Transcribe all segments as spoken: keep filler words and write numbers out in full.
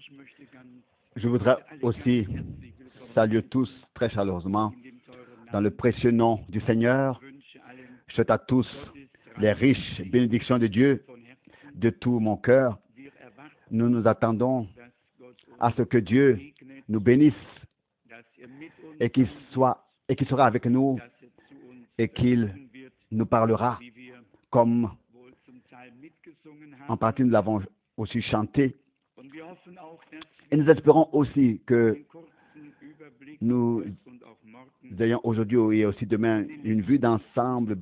Je voudrais aussi saluer tous très chaleureusement dans le précieux nom du Seigneur. Je souhaite à tous les riches bénédictions de Dieu de tout mon cœur. Nous nous attendons à ce que Dieu nous bénisse et qu'il soit et qu'il sera avec nous et qu'il nous parlera comme en partie nous l'avons aussi chanté. Et nous espérons aussi que nous ayons aujourd'hui et aussi demain une vue d'ensemble,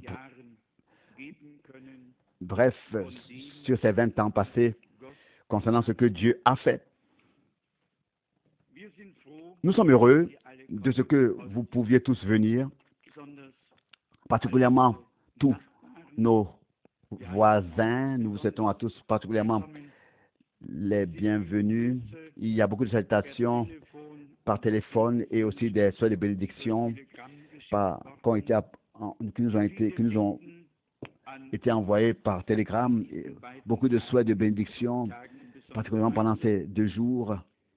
bref, sur ces vingt ans passés concernant ce que Dieu a fait. Nous sommes heureux de ce que vous pouviez tous venir, particulièrement tous nos voisins. Nous vous souhaitons à tous particulièrement les bienvenus. Il y a beaucoup de salutations par téléphone et aussi des souhaits de bénédiction par, qui, ont été, qui, nous ont été, qui nous ont été envoyés par télégramme. Beaucoup de souhaits de bénédiction, particulièrement pendant ces deux jours.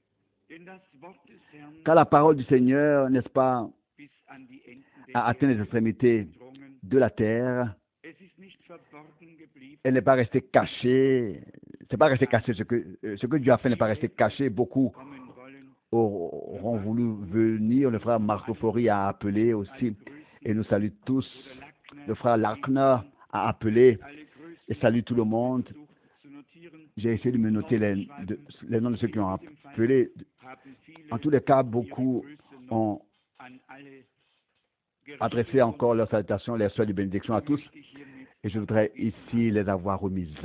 Car la parole du Seigneur, n'est-ce pas, a atteint les extrémités de la terre. Elle n'est pas restée cachée. C'est pas resté caché. Ce que, ce que Dieu a fait n'est pas resté caché. Beaucoup auront voulu venir. Le frère Marco Fori a appelé aussi. Et nous saluons tous. Le frère Larkner a appelé et salue tout le monde. J'ai essayé de me noter les, de, les noms de ceux qui ont appelé. En tous les cas, beaucoup ont adressé encore leurs salutations, les souhaits de bénédiction à tous. Et je voudrais ici les avoir remises.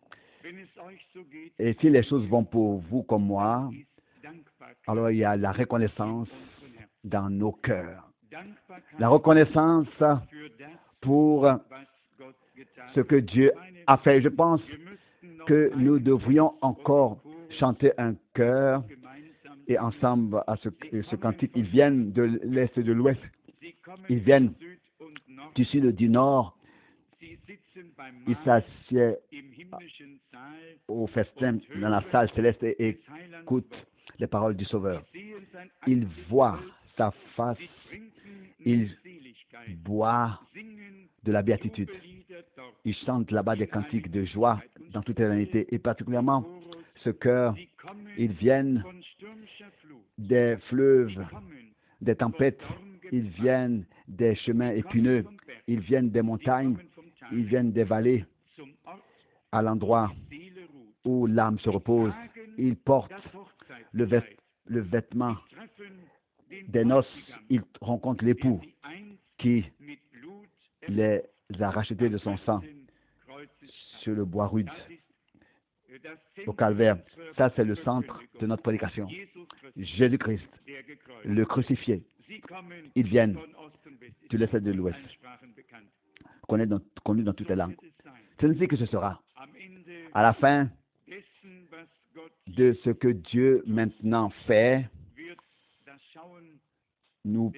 Et si les choses vont pour vous comme moi, alors il y a la reconnaissance dans nos cœurs. La reconnaissance pour ce que Dieu a fait. Je pense que nous devrions encore chanter un chœur et ensemble à ce, ce cantique. Ils viennent de l'Est et de l'Ouest. Ils viennent du Sud et du Nord. Ils s'assiedent au festin dans la salle céleste et écoutent les paroles du Sauveur. Ils voient sa face. Ils boivent de la béatitude. Ils chantent là-bas des cantiques de joie dans toute l'éternité. Et particulièrement, ce cœur, ils viennent des fleuves, des tempêtes, ils viennent des chemins épineux, ils viennent des montagnes, ils viennent des vallées, à l'endroit où l'âme se repose. Ils portent le, vêt, le vêtement des noces, ils rencontrent l'époux qui les a rachetés de son sang sur le bois rude, au calvaire. Ça, c'est le centre de notre prédication. Jésus-Christ, le crucifié. Ils viennent de l'Est et de l'Ouest, connu dans, connu dans toutes les langues. C'est ainsi que ce sera. À la fin de ce que Dieu maintenant fait, nous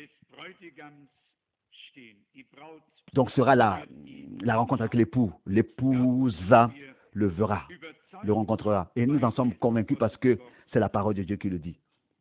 donc sera la, la rencontre avec l'époux. L'épouse le verra, le rencontrera. Et nous en sommes convaincus parce que c'est la parole de Dieu qui le dit.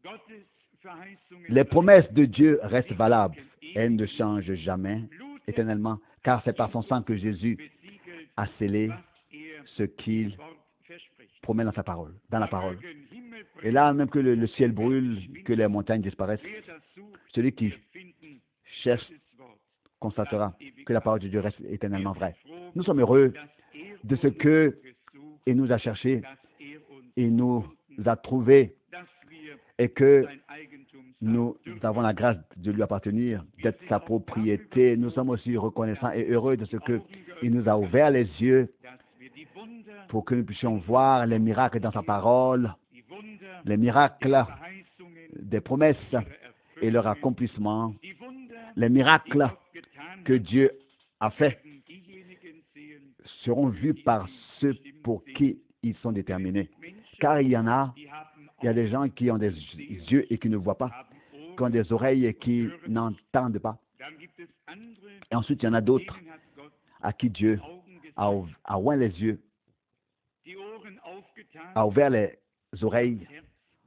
Les promesses de Dieu restent valables. Elles ne changent jamais, éternellement, car c'est par son sang que Jésus a scellé ce qu'il promet dans sa parole, dans la parole. Et là, même que le, le ciel brûle, que les montagnes disparaissent, celui qui cherche constatera que la parole de Dieu reste éternellement vraie. Nous sommes heureux de ce que il nous a cherché, il nous a trouvés et que nous avons la grâce de lui appartenir, d'être sa propriété. Nous sommes aussi reconnaissants et heureux de ce qu'il nous a ouvert les yeux pour que nous puissions voir les miracles dans sa parole, les miracles des promesses et leur accomplissement, les miracles que Dieu a faits seront vus par ceux pour qui ils sont déterminés. Car il y en a, il y a des gens qui ont des yeux et qui ne voient pas, qui ont des oreilles et qui n'entendent pas. Et ensuite, il y en a d'autres à qui Dieu a, a ouvert les yeux, a ouvert les oreilles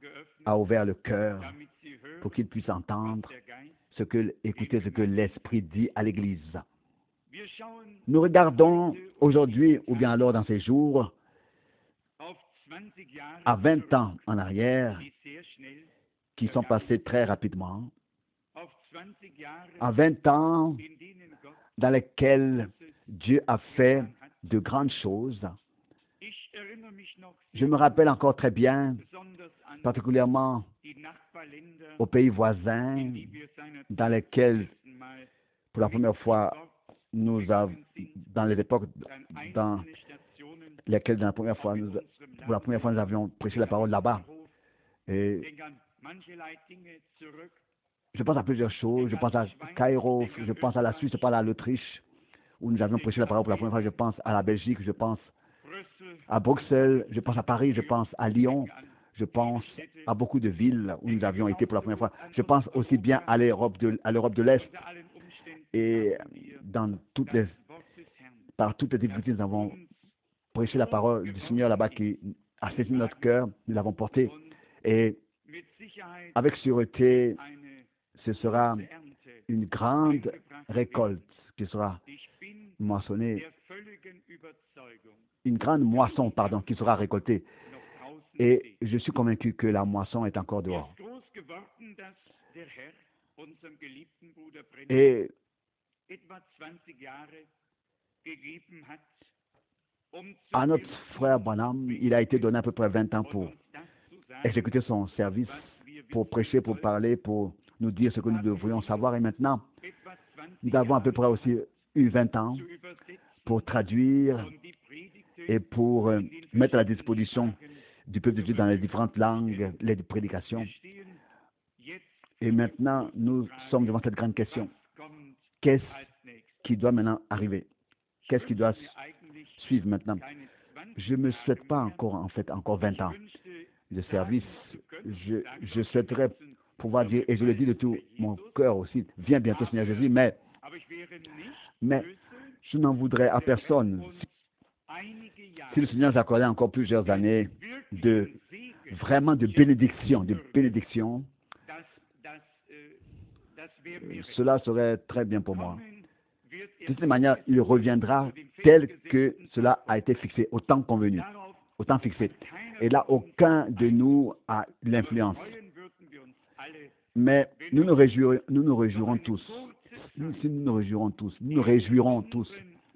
a ouvert le cœur pour qu'ils puissent entendre ce que, écouter ce que l'Esprit dit à l'Église. Nous regardons aujourd'hui, ou bien alors dans ces jours, à vingt ans en arrière, qui sont passés très rapidement, à vingt ans dans lesquels Dieu a fait de grandes choses. Je me rappelle encore très bien, particulièrement aux pays voisins, dans lesquels, pour la première fois, nous avons, dans les époques dans lesquelles, dans la première fois, nous, pour la première fois, nous avions prêché la parole là-bas. Et je pense à plusieurs choses. Je pense à Cairo, je pense à la Suisse, je pense à l'Autriche, où nous avions prêché la parole pour la première fois. Je pense à la Belgique, je pense à Bruxelles, je pense à Paris, je pense à Lyon, je pense à beaucoup de villes où nous avions été pour la première fois. Je pense aussi bien à l'Europe de, à l'Europe de l'Est. Et dans toutes les, par toutes les difficultés, nous avons prêché la parole du Seigneur là-bas qui a saisi notre cœur, nous l'avons porté. Et avec sûreté, ce sera une grande récolte qui sera moissonnée, une grande moisson, pardon, qui sera récoltée. Et je suis convaincu que la moisson est encore dehors. Et à notre frère Branham, il a été donné à peu près vingt ans pour exécuter son service, pour prêcher, pour parler, pour nous dire ce que nous devrions savoir. Et maintenant, nous avons à peu près aussi eu vingt ans pour traduire et pour euh, mettre à la disposition du peuple de Dieu dans les différentes langues, les prédications. Et maintenant, nous sommes devant cette grande question. Qu'est-ce qui doit maintenant arriver? Qu'est-ce qui doit suivre maintenant? Je ne me souhaite pas encore, en fait, encore vingt ans de service. Je, je souhaiterais pouvoir dire, et je le dis de tout mon cœur aussi, viens bientôt Seigneur Jésus, mais, mais je n'en voudrais à personne. Si le Seigneur nous accordait encore plusieurs années de vraiment de bénédiction, de bénédiction, cela serait très bien pour moi. De toute manière, il reviendra tel que cela a été fixé, au temps convenu, au temps fixé. Et là, aucun de nous a l'influence. Mais nous nous réjouirons, nous nous réjouirons tous. Si nous nous réjouirons tous, nous nous réjouirons tous.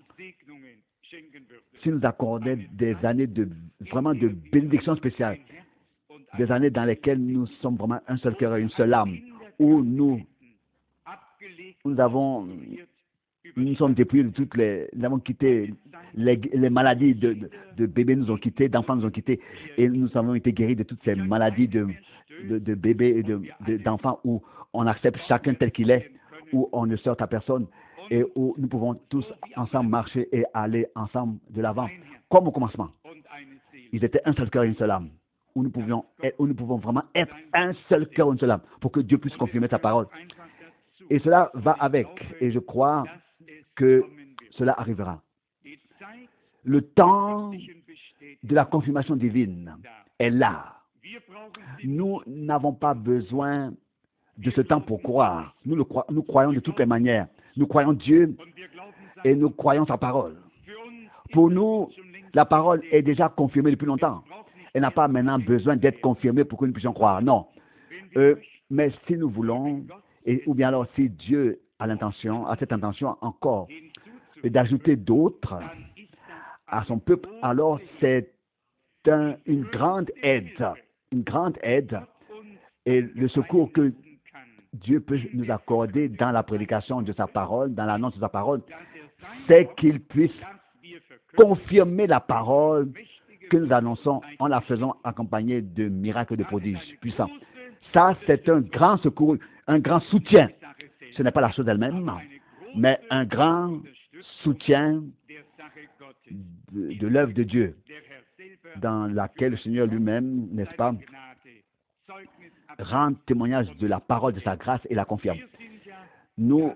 Si nous accordons des années de vraiment de bénédiction spéciale, des années dans lesquelles nous sommes vraiment un seul cœur et une seule âme, où nous, nous avons, nous sommes dépouillés de toutes les, nous avons quitté les, les maladies de, de, de bébés nous ont quittés, d'enfants nous ont quittés, et nous avons été guéris de toutes ces maladies de, de, de bébés et de, de, d'enfants où on accepte chacun tel qu'il est, où on ne sort à personne, et où nous pouvons tous ensemble marcher et aller ensemble de l'avant, comme au commencement. Ils étaient un seul cœur et une seule âme, où nous, pouvions être, où nous pouvons vraiment être un seul cœur et une seule âme, pour que Dieu puisse confirmer sa parole. Et cela va avec, et je crois que cela arrivera. Le temps de la confirmation divine est là. Nous n'avons pas besoin de ce temps pour croire. Nous, le croyons, nous croyons de toutes les manières. Nous croyons Dieu et nous croyons sa parole. Pour nous, la parole est déjà confirmée depuis longtemps. Elle n'a pas maintenant besoin d'être confirmée pour que nous puissions croire. Non. Euh, mais si nous voulons, et, ou bien alors si Dieu a l'intention, a cette intention encore, d'ajouter d'autres à son peuple, alors c'est un, une grande aide, une grande aide, et le secours que Dieu peut nous accorder dans la prédication de sa parole, dans l'annonce de sa parole, c'est qu'il puisse confirmer la parole que nous annonçons en la faisant accompagner de miracles, de prodiges puissants. Ça, c'est un grand secours, un grand soutien. Ce n'est pas la chose elle-même, mais un grand soutien de, de l'œuvre de Dieu, dans laquelle le Seigneur lui-même, n'est-ce pas, rend témoignage de la parole de sa grâce et la confirme. Nous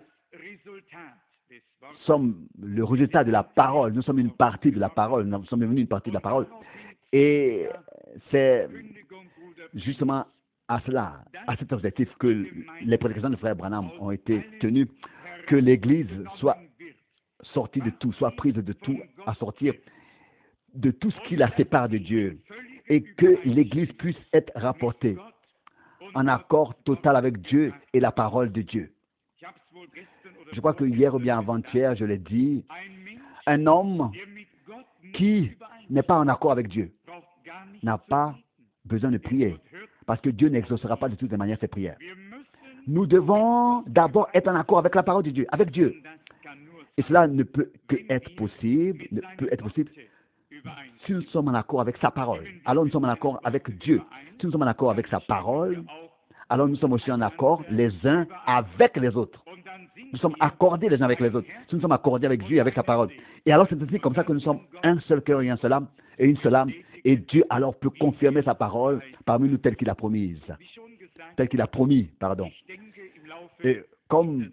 sommes le résultat de la parole, nous sommes une partie de la parole, nous sommes devenus une partie de la parole. Et c'est justement à cela, à cet objectif que les prédications de frère Branham ont été tenues, que l'Église soit sortie de tout, soit prise de tout, à sortir de tout ce qui la sépare de Dieu, et que l'Église puisse être rapportée en accord total avec Dieu et la parole de Dieu. Je crois que hier ou bien avant-hier, je l'ai dit, un homme qui n'est pas en accord avec Dieu n'a pas besoin de prier, parce que Dieu n'exaucera pas de toutes les manières ses prières. Nous devons d'abord être en accord avec la parole de Dieu, avec Dieu. Et cela ne peut que être possible, ne peut être possible si nous sommes en accord avec sa parole. Alors nous sommes en accord avec Dieu. Si nous sommes en accord avec sa parole, alors nous sommes aussi en accord les uns avec les autres. Nous sommes accordés les uns avec les autres. Si nous sommes accordés avec Dieu et avec sa parole. Et alors c'est ainsi comme ça que nous sommes un seul cœur et un seul âme, et une seule âme. Et Dieu alors peut confirmer sa parole parmi nous telle qu'il a promise. Telle qu'il a promis, pardon. Et comme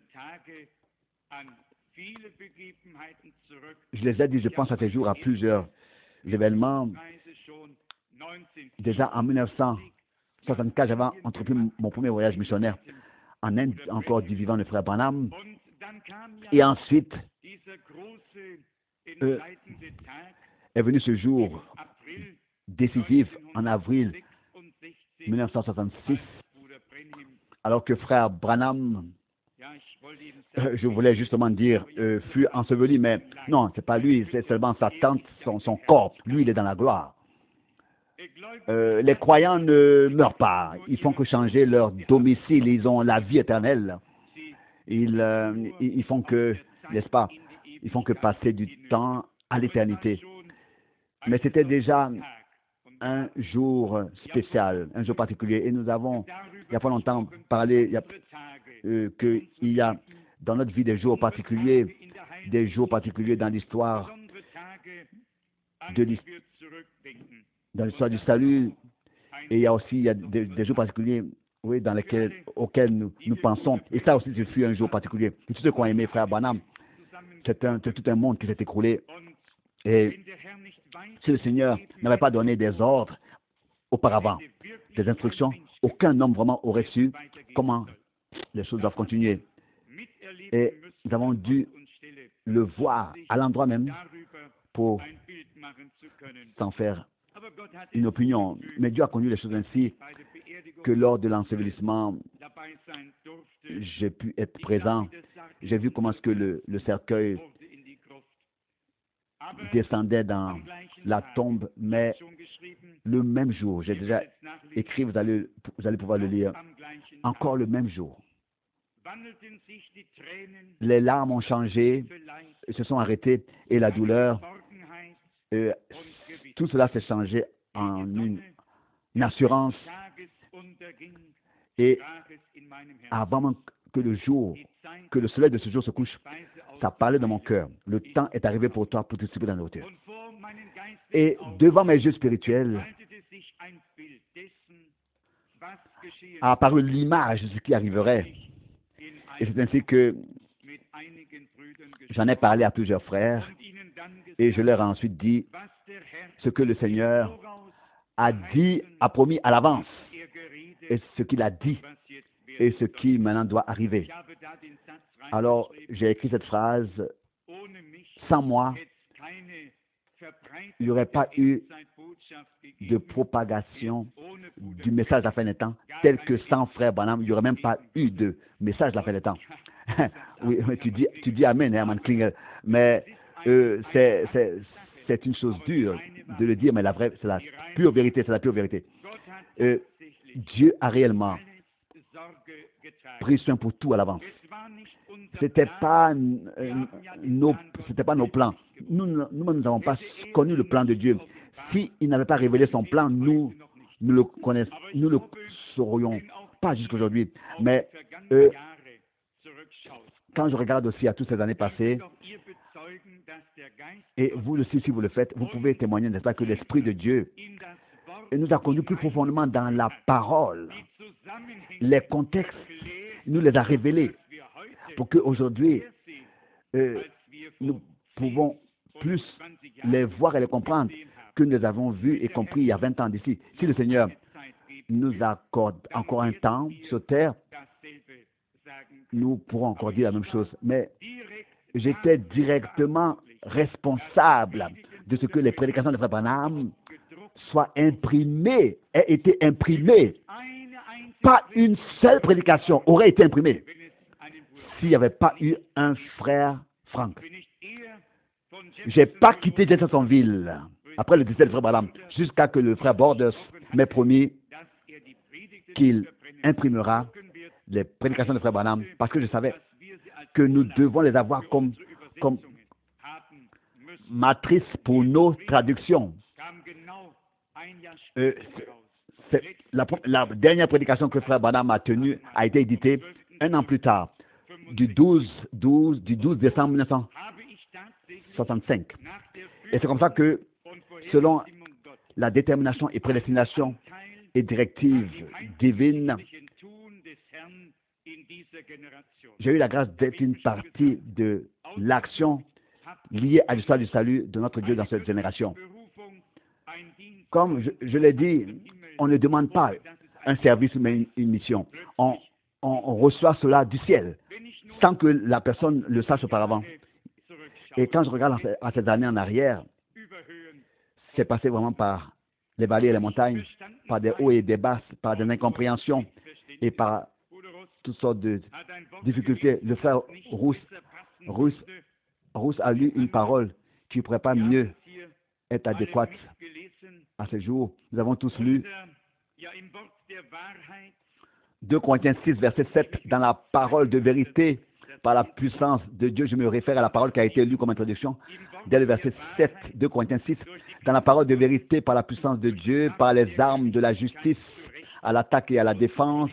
je les ai dit, je pense à ces jours à plusieurs événements. Déjà en mille neuf cent soixante-quatre, j'avais entrepris mon premier voyage missionnaire en Inde, encore du vivant le frère Branham. Et ensuite, euh, est venu ce jour décisif en avril mille neuf cent soixante-six, alors que frère Branham, euh, je voulais justement dire, euh, fut enseveli, mais non, c'est pas lui, c'est seulement sa tante, son, son corps. Lui, il est dans la gloire. Euh, les croyants ne meurent pas, ils font que changer leur domicile, ils ont la vie éternelle. Ils, euh, ils font que, n'est-ce pas, ils font que passer du temps à l'éternité. Mais c'était déjà un jour spécial, un jour particulier. Et nous avons, il n'y a pas longtemps, parlé il y a, euh, qu'il y a dans notre vie des jours particuliers, des jours particuliers dans l'histoire de l'histoire. Dans l'histoire du salut, et il y a aussi il y a des, des jours particuliers, oui, dans lesquels, auxquels nous, nous pensons. Et ça aussi, ce fut un jour particulier. Et tous ceux qui ont aimé frère Branham, c'est un, c'est tout un monde qui s'est écroulé. Et si le Seigneur n'avait pas donné des ordres auparavant, des instructions, aucun homme vraiment aurait su comment les choses doivent continuer. Et nous avons dû le voir à l'endroit même pour s'en faire une opinion. Mais Dieu a connu les choses ainsi que lors de l'ensevelissement, j'ai pu être présent. J'ai vu comment est-ce que le, le cercueil descendait dans la tombe, mais le même jour, j'ai déjà écrit, vous allez, vous allez pouvoir le lire, encore le même jour. Les larmes ont changé, se sont arrêtées, et la douleur, euh, tout cela s'est changé en une, une assurance. Et avant que le jour, que le soleil de ce jour se couche, ça parlait dans mon cœur. Le temps est arrivé pour toi pour te distribuer dans la hauteur. Et devant mes yeux spirituels a apparu l'image de ce qui arriverait. Et c'est ainsi que j'en ai parlé à plusieurs frères et je leur ai ensuite dit ce que le Seigneur a dit, a promis à l'avance, et ce qu'il a dit, et ce qui maintenant doit arriver. Alors, j'ai écrit cette phrase, sans moi, il n'y aurait pas eu de propagation du message de la fin des temps, tel que sans frère Branham, il n'y aurait même pas eu de message de la fin des temps. Oui, tu dis, tu dis Amen, Herman Klingel, mais euh, c'est, c'est, c'est une chose dure de le dire, mais la vraie, c'est la pure vérité, c'est la pure vérité. Euh, Dieu a réellement pris soin pour tout à l'avance. C'était pas euh, nos, c'était pas nos plans. Nous, nous nous n'avons pas connu le plan de Dieu. S'il n'avait pas révélé son plan, nous, nous le connaissons, nous le saurions pas jusqu'aujourd'hui. Mais euh, quand je regarde aussi à toutes ces années passées, et vous aussi, si vous le faites, vous pouvez témoigner, n'est-ce pas, que l'Esprit de Dieu nous a conduits plus profondément dans la parole. Les contextes, nous les a révélés pour qu'aujourd'hui, euh, nous pouvons plus les voir et les comprendre que nous les avons vus et compris il y a vingt ans d'ici. Si le Seigneur nous accorde encore un temps sur terre, nous pourrons encore dire la même chose. Mais j'étais directement responsable de ce que les prédications de Frère Branham soient imprimées, aient été imprimées. Pas une seule prédication aurait été imprimée s'il n'y avait pas eu un frère Frank. Je n'ai pas quitté Jeffersonville après le décès de Frère Branham jusqu'à ce que le frère Borders m'ait promis qu'il imprimera les prédications de Frère Branham parce que je savais que nous devons les avoir comme, comme matrice pour nos traductions. Euh, c'est, la, la dernière prédication que Frère Branham a tenue a été éditée un an plus tard, du douze, douze, du douze décembre mille neuf cent soixante-cinq. Et c'est comme ça que, selon la détermination et prédestination et directive divine, j'ai eu la grâce d'être une partie de l'action liée à l'histoire du salut de notre Dieu dans cette génération. Comme je, je l'ai dit, on ne demande pas un service mais une, une mission. On, on, on reçoit cela du ciel, sans que la personne le sache auparavant. Et quand je regarde à ces années en arrière, c'est passé vraiment par les vallées et les montagnes, par des hauts et des basses, par des incompréhensions et par toutes sortes de difficultés. Le frère Rousse, Rousse, Rousse a lu une parole qui ne pourrait pas mieux être adéquate à ce jour. Nous avons tous lu deux Corinthiens six, verset sept, dans la parole de vérité, par la puissance de Dieu. Je me réfère à la parole qui a été lue comme introduction, dès le verset sept, deux Corinthiens six, dans la parole de vérité, par la puissance de Dieu, par les armes de la justice, à l'attaque et à la défense,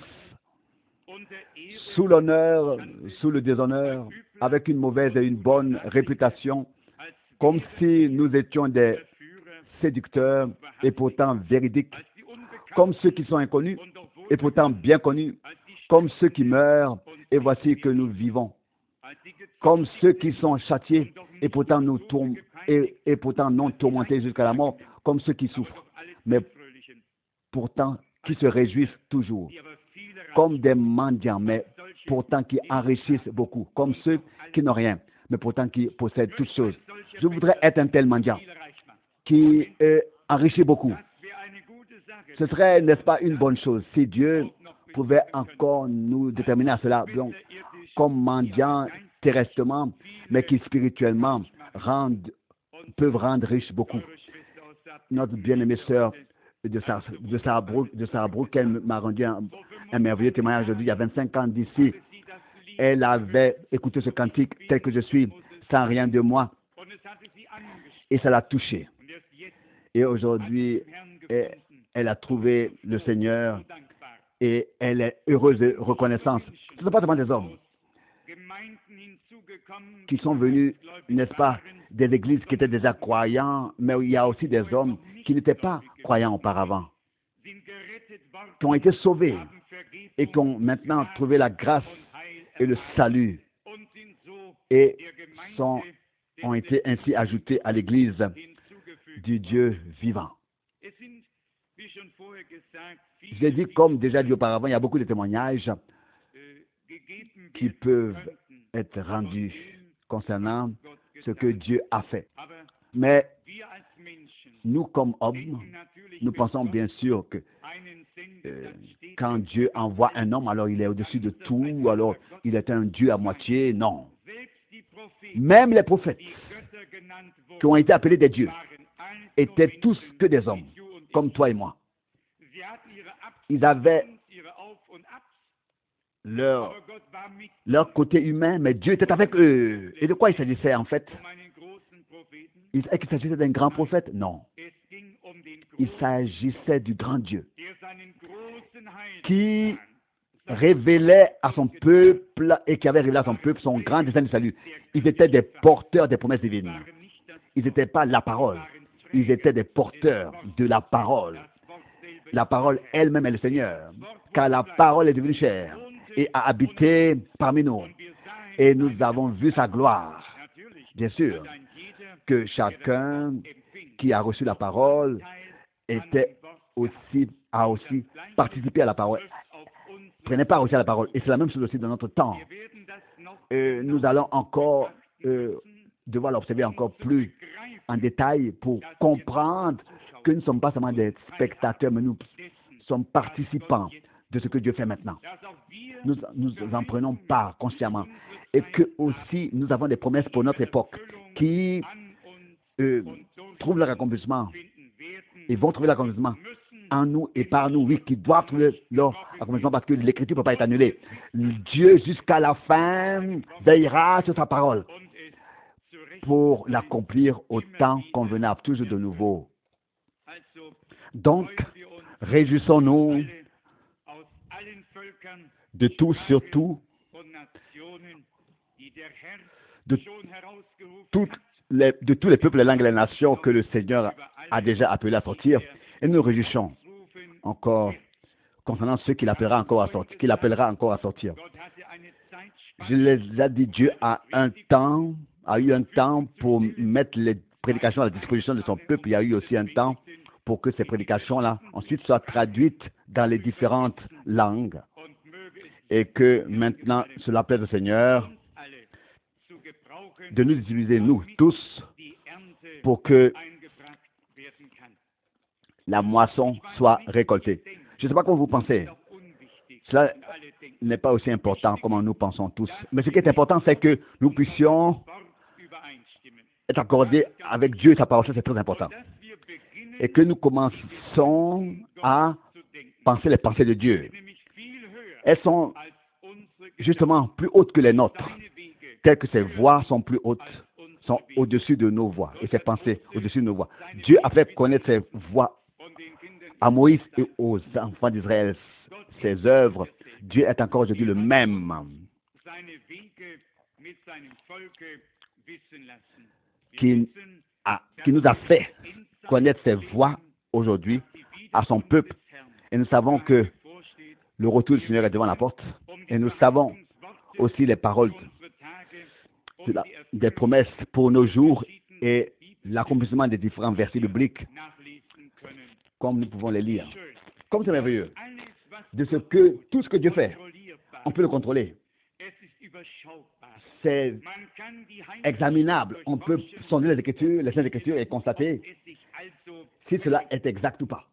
sous l'honneur, sous le déshonneur, avec une mauvaise et une bonne réputation, comme si nous étions des séducteurs et pourtant véridiques, comme ceux qui sont inconnus et pourtant bien connus, comme ceux qui meurent et voici que nous vivons, comme ceux qui sont châtiés et pourtant, nous tourm- et, et pourtant non tourmentés jusqu'à la mort, comme ceux qui souffrent, mais pourtant qui se réjouissent toujours, comme des mendiants, mais pourtant qui enrichissent beaucoup, comme ceux qui n'ont rien, mais pourtant qui possèdent toutes choses. Je voudrais être un tel mendiant qui euh, enrichit beaucoup. Ce serait, n'est-ce pas, une bonne chose si Dieu pouvait encore nous déterminer à cela, donc, comme mendiants terrestrement, mais qui spirituellement rendent, peuvent rendre riches beaucoup. Notre bien-aimée sœur de Sarah, de Sarah Brooke, de Sarah Brooke, elle m'a rendu un, un merveilleux témoignage aujourd'hui, il y a vingt-cinq ans d'ici. Elle avait écouté ce cantique tel que je suis, sans rien de moi, et ça l'a touchée. Et aujourd'hui, elle, elle a trouvé le Seigneur et elle est heureuse et reconnaissante. Ce ne sont pas seulement des hommes qui sont venus, n'est-ce pas, des églises qui étaient déjà croyants, mais il y a aussi des hommes qui n'étaient pas croyants auparavant, qui ont été sauvés et qui ont maintenant trouvé la grâce et le salut et sont, ont été ainsi ajoutés à l'église du Dieu vivant. Je l'ai dit, comme déjà dit auparavant, il y a beaucoup de témoignages qui peuvent être rendus concernant ce que Dieu a fait. Mais nous, comme hommes, nous pensons bien sûr que euh, quand Dieu envoie un homme, alors il est au-dessus de tout, alors il est un Dieu à moitié. Non. Même les prophètes qui ont été appelés des dieux étaient tous que des hommes, comme toi et moi. Ils avaient leur, leur côté humain, mais Dieu était avec eux. Et de quoi il s'agissait en fait? Est-ce qu'il s'agissait d'un grand prophète? Non. Il s'agissait du grand Dieu qui révélait à son peuple et qui avait révélé à son peuple son grand dessein de salut. Ils étaient des porteurs des promesses divines. Ils n'étaient pas la parole. Ils étaient des porteurs de la parole. La parole elle-même est le Seigneur, car la parole est devenue chair et a habité parmi nous. Et nous avons vu sa gloire. Bien sûr que chacun qui a reçu la parole était aussi, a aussi participé à la parole, prenait part aussi à la parole. Et c'est la même chose aussi dans notre temps. Euh, nous allons encore euh, devoir l'observer encore plus en détail pour comprendre que nous ne sommes pas seulement des spectateurs, mais nous sommes participants de ce que Dieu fait maintenant. Nous, nous en prenons part consciemment. Et que aussi nous avons des promesses pour notre époque qui euh, trouvent leur accomplissement. Ils vont trouver l'accomplissement en nous et par nous, oui, qui doivent trouver leur accomplissement parce que l'écriture ne peut pas être annulée. Dieu, jusqu'à la fin, veillera sur sa parole pour l'accomplir au temps convenable, toujours de nouveau. Donc, réjouissons-nous de tout, surtout, de, toutes les, de tous les peuples, les langues et les nations que le Seigneur a déjà appelés à sortir. Et nous nous réjouissons encore concernant ceux qu'il appellera encore à sortir, qu'il appellera encore à sortir. Je les ai dit, Dieu a un temps, a eu un temps pour mettre les prédications à la disposition de son peuple. Il y a eu aussi un temps pour que ces prédications-là ensuite soient traduites dans les différentes langues. Et que maintenant, cela plaise au Seigneur de nous utiliser, nous tous, pour que la moisson soit récoltée. Je ne sais pas comment vous pensez. Cela n'est pas aussi important comme nous pensons tous. Mais ce qui est important, c'est que nous puissions être accordés avec Dieu et sa parole. Ça, c'est très important. Et que nous commençons à penser les pensées de Dieu. Elles sont justement plus hautes que les nôtres, telles que ses voix sont plus hautes, sont au-dessus de nos voix, et ses pensées au-dessus de nos voix. Dieu a fait connaître ses voix à Moïse et aux enfants d'Israël, ses œuvres. Dieu est encore aujourd'hui le même, qui, a, qui nous a fait connaître ses voix aujourd'hui à son peuple. Et nous savons que le retour du Seigneur est devant la porte. Et nous savons aussi les paroles de la, des promesses pour nos jours et l'accomplissement des différents versets bibliques, comme nous pouvons les lire. Comme c'est merveilleux, de ce que tout ce que Dieu fait, on peut le contrôler. C'est examinable. On peut sonder les Écritures, les Saintes Écritures et constater si cela est exact ou pas.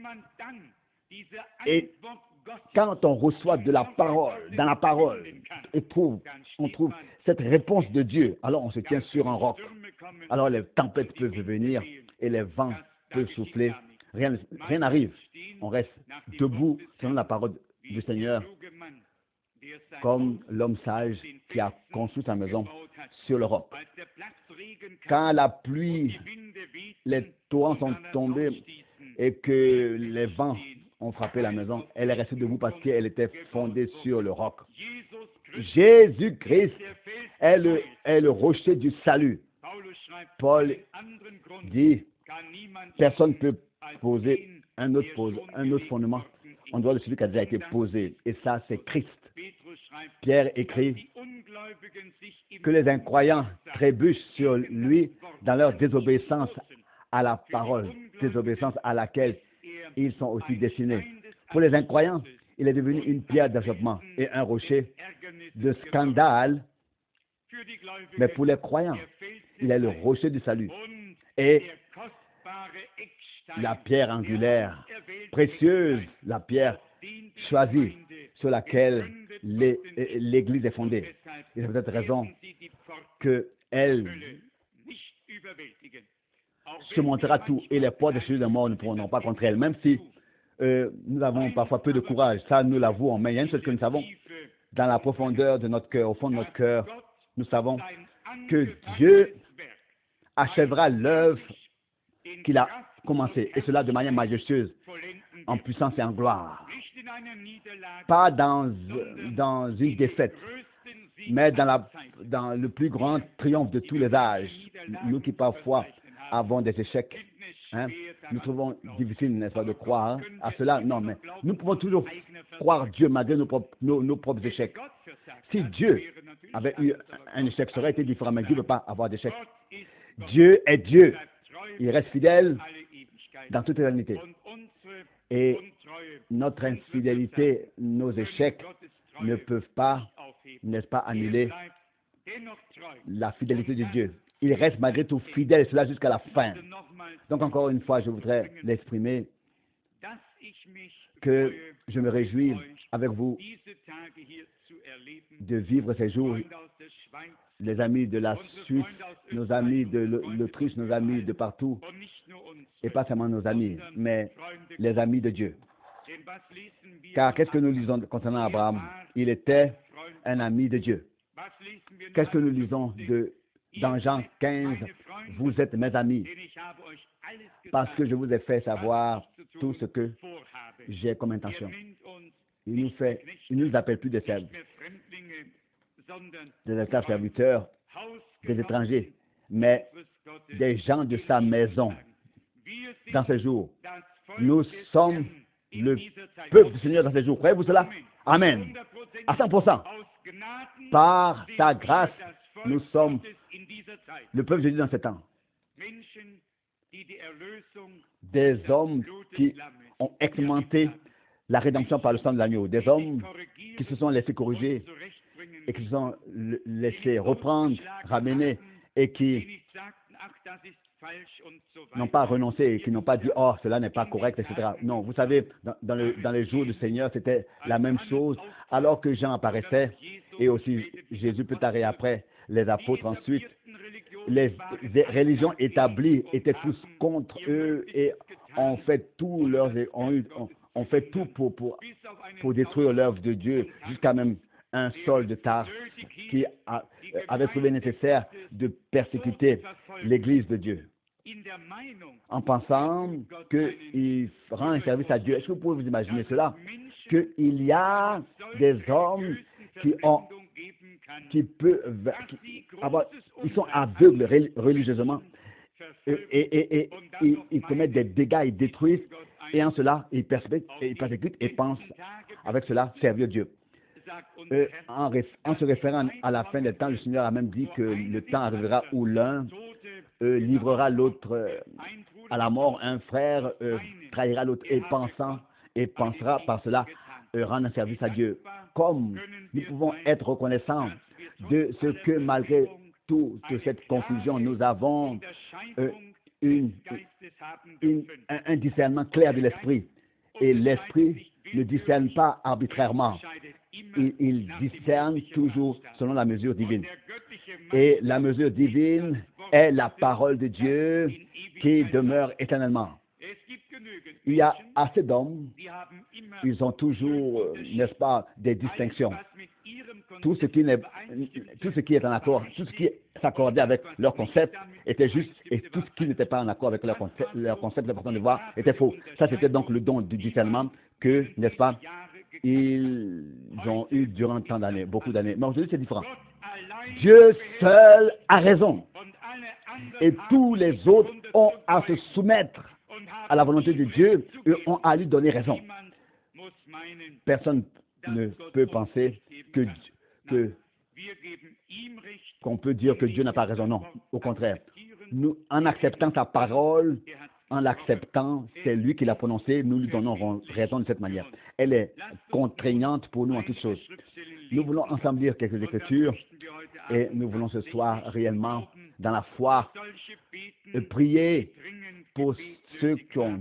Et quand on reçoit de la parole, dans la parole, et trouve, on trouve cette réponse de Dieu, alors on se tient sur un roc. Alors les tempêtes peuvent venir et les vents peuvent souffler. Rien rien n'arrive. On reste debout selon la parole du Seigneur, comme l'homme sage qui a construit sa maison sur le roc. Quand la pluie, les torrents sont tombés et que les vents ont frappé la maison, elle est restée debout parce qu'elle était fondée sur le roc. Jésus-Christ est le, est le rocher du salut. Paul dit, personne ne peut poser un autre, pose, un autre fondement en dehors de celui qui a déjà été posé. Et ça, c'est Christ. Pierre écrit que les incroyants trébuchent sur lui dans leur désobéissance à la parole, désobéissance à laquelle ils sont aussi destinés. Pour les incroyants, il est devenu une pierre d'achoppement et un rocher de scandale. Mais pour les croyants, il est le rocher du salut et la pierre angulaire, précieuse, la pierre choisie sur laquelle l'Église est fondée. Et c'est pour cette raison qu'elle se montrera tout et les portes de celui de mort ne pourront pas contre elle, même si euh, nous avons parfois peu de courage. Ça, nous l'avouons. Mais il y a une chose que nous savons, dans la profondeur de notre cœur, au fond de notre cœur, nous savons que Dieu achèvera l'œuvre qu'il a commencée, et cela de manière majestueuse, en puissance et en gloire. Pas dans, dans une défaite, mais dans, la, dans le plus grand triomphe de tous les âges. Nous qui parfois avons des échecs, hein, nous trouvons difficile, n'est-ce pas, de croire à cela. Non, mais nous pouvons toujours croire Dieu malgré nos propres, nos, nos propres échecs. Si Dieu avait eu un échec, ça aurait été différent, mais Dieu ne peut pas avoir d'échec. Dieu est Dieu. Il reste fidèle dans toute éternité. Et notre infidélité, nos échecs ne peuvent pas, n'est-ce pas, annuler la fidélité de Dieu. Il reste malgré tout fidèle, et cela jusqu'à la fin. Donc encore une fois, je voudrais l'exprimer que je me réjouis avec vous de vivre ces jours. Les amis de la Suisse, nos amis de l'Autriche, nos amis de partout, et pas seulement nos amis, mais les amis de Dieu. Car qu'est-ce que nous lisons concernant Abraham? Il était un ami de Dieu. Qu'est-ce que nous lisons de, dans Jean quinze? Vous êtes mes amis, parce que je vous ai fait savoir tout ce que j'ai comme intention. Il nous fait, il ne nous appelle plus des servants, des esclaves serviteurs, des étrangers, mais des gens de sa maison. Dans ces jours, nous sommes le peuple du Seigneur dans ces jours. Croyez-vous cela? Amen. À cent pour cent. Par sa grâce, nous sommes le peuple de Dieu dans ce temps. Des hommes qui ont expérimenté la rédemption par le sang de l'agneau. Des hommes qui se sont laissés corriger et qui se sont laissés reprendre, ramener et qui n'ont pas renoncé et qui n'ont pas dit « Oh, cela n'est pas correct, et cetera » Non, vous savez, dans, dans, le, dans les jours du Seigneur, c'était la même chose. Alors que Jean apparaissait, et aussi Jésus plus tard et après, les apôtres ensuite, les, les religions établies étaient tous contre eux et ont fait tout, leurs, ont, eu, ont, ont fait tout pour, pour, pour détruire l'œuvre de Dieu, jusqu'à même un Saul de Tarse qui a, avait trouvé nécessaire de persécuter l'Église de Dieu, en pensant qu'il rend un service à Dieu. Est-ce que vous pouvez vous imaginer cela? Qu'il y a des hommes qui ont, qui peuvent, qui, avoir, ils sont aveugles religieusement et, et, et, et ils, ils commettent des dégâts, ils détruisent, et en cela, ils persécutent, ils persécutent et pensent avec cela servir Dieu. Euh, en, en se référant à la fin des temps, le Seigneur a même dit que le temps arrivera où l'un euh, livrera l'autre euh, à la mort, un frère euh, trahira l'autre et pensant et pensera par cela euh, rendre un service à Dieu. Comme nous pouvons être reconnaissants de ce que malgré toute cette confusion, nous avons euh, une, une, un, un discernement clair de l'esprit, et l'esprit ne discerne pas arbitrairement. Il, il discerne toujours selon la mesure divine. Et la mesure divine est la parole de Dieu qui demeure éternellement. Il y a assez d'hommes, ils ont toujours, n'est-ce pas, des distinctions. Tout ce qui n'est, tout ce qui est en accord, tout ce qui s'accordait avec leur concept était juste, et tout ce qui n'était pas en accord avec leur concept, leur concept, leur façon de voir, était faux. Ça, c'était donc le don du discernement que, n'est-ce pas, ils ont eu durant tant d'années, beaucoup d'années. Mais aujourd'hui, c'est différent. Dieu seul a raison. Et tous les autres ont à se soumettre à la volonté de Dieu et ont à lui donner raison. Personne ne peut penser que, que, qu'on peut dire que Dieu n'a pas raison. Non, au contraire. Nous, en acceptant sa parole, en l'acceptant, c'est lui qui l'a prononcée, nous lui donnons raison de cette manière. Elle est contraignante pour nous en toutes choses. Nous voulons ensemble lire quelques écritures et nous voulons ce soir réellement, dans la foi, prier pour ceux qui ont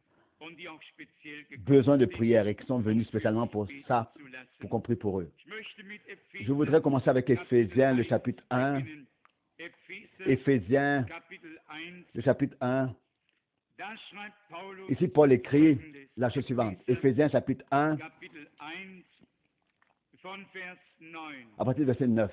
besoin de prière et qui sont venus spécialement pour ça, pour qu'on prie pour eux. Je voudrais commencer avec Éphésiens, le chapitre un. Éphésiens, le chapitre un. Ici, Paul écrit la chose suivante. Éphésiens, chapitre un, à partir du verset neuf.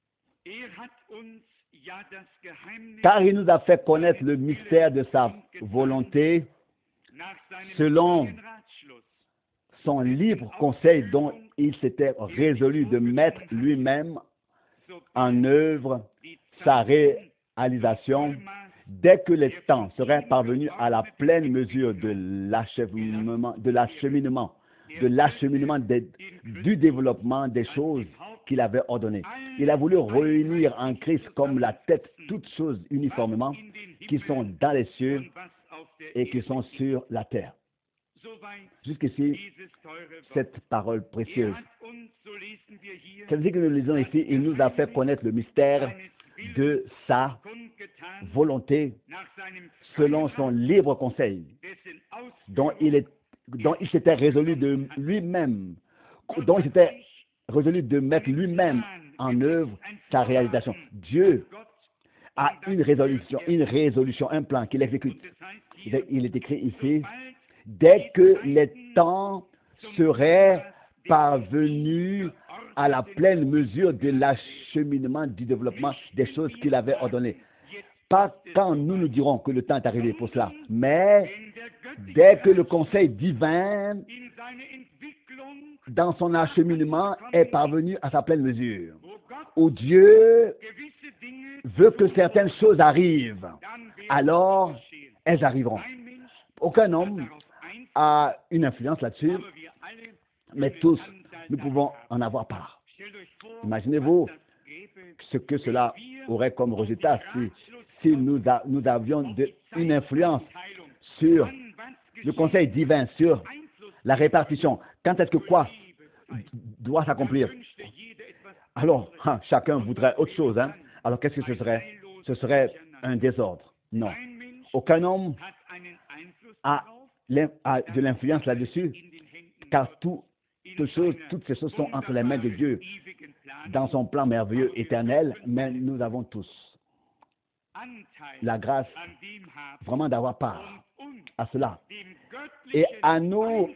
Car il nous a fait connaître le mystère de sa volonté selon son libre conseil dont il s'était résolu de mettre lui-même en œuvre sa réalisation dès que les temps seraient parvenus à la pleine mesure de l'achèvement, de l'acheminement, de l'acheminement des, du développement des choses qu'il avait ordonnées. Il a voulu réunir en Christ comme la tête toutes choses uniformément qui sont dans les cieux et qui sont sur la terre. Jusqu'ici, cette parole précieuse. C'est-à-dire que nous lisons ici, il nous a fait connaître le mystère de sa volonté selon son libre conseil, dont il, est, dont il s'était résolu de lui-même, dont il s'était résolu de mettre lui-même en œuvre sa réalisation. Dieu a une résolution, une résolution, un plan qu'il exécute. Il est écrit ici, dès que les temps seraient parvenus à la pleine mesure de l'acheminement du développement des choses qu'il avait ordonnées. Pas quand nous nous dirons que le temps est arrivé pour cela, mais dès que le conseil divin, dans son acheminement, est parvenu à sa pleine mesure, où Dieu veut que certaines choses arrivent, alors elles arriveront. Aucun homme a une influence là-dessus, mais tous, nous pouvons en avoir part. Imaginez-vous ce que cela aurait comme résultat si, si nous, a, nous avions de, une influence sur le conseil divin, sur la répartition. Quand est-ce que quoi doit s'accomplir? Alors, hein, chacun voudrait autre chose. Hein? Alors, qu'est-ce que ce serait? Ce serait un désordre. Non. Aucun homme a, a de l'influence là-dessus, car tout, toutes, choses, toutes ces choses sont entre les mains de Dieu, dans son plan merveilleux éternel, mais nous avons tous la grâce vraiment d'avoir part à cela. Et à nous,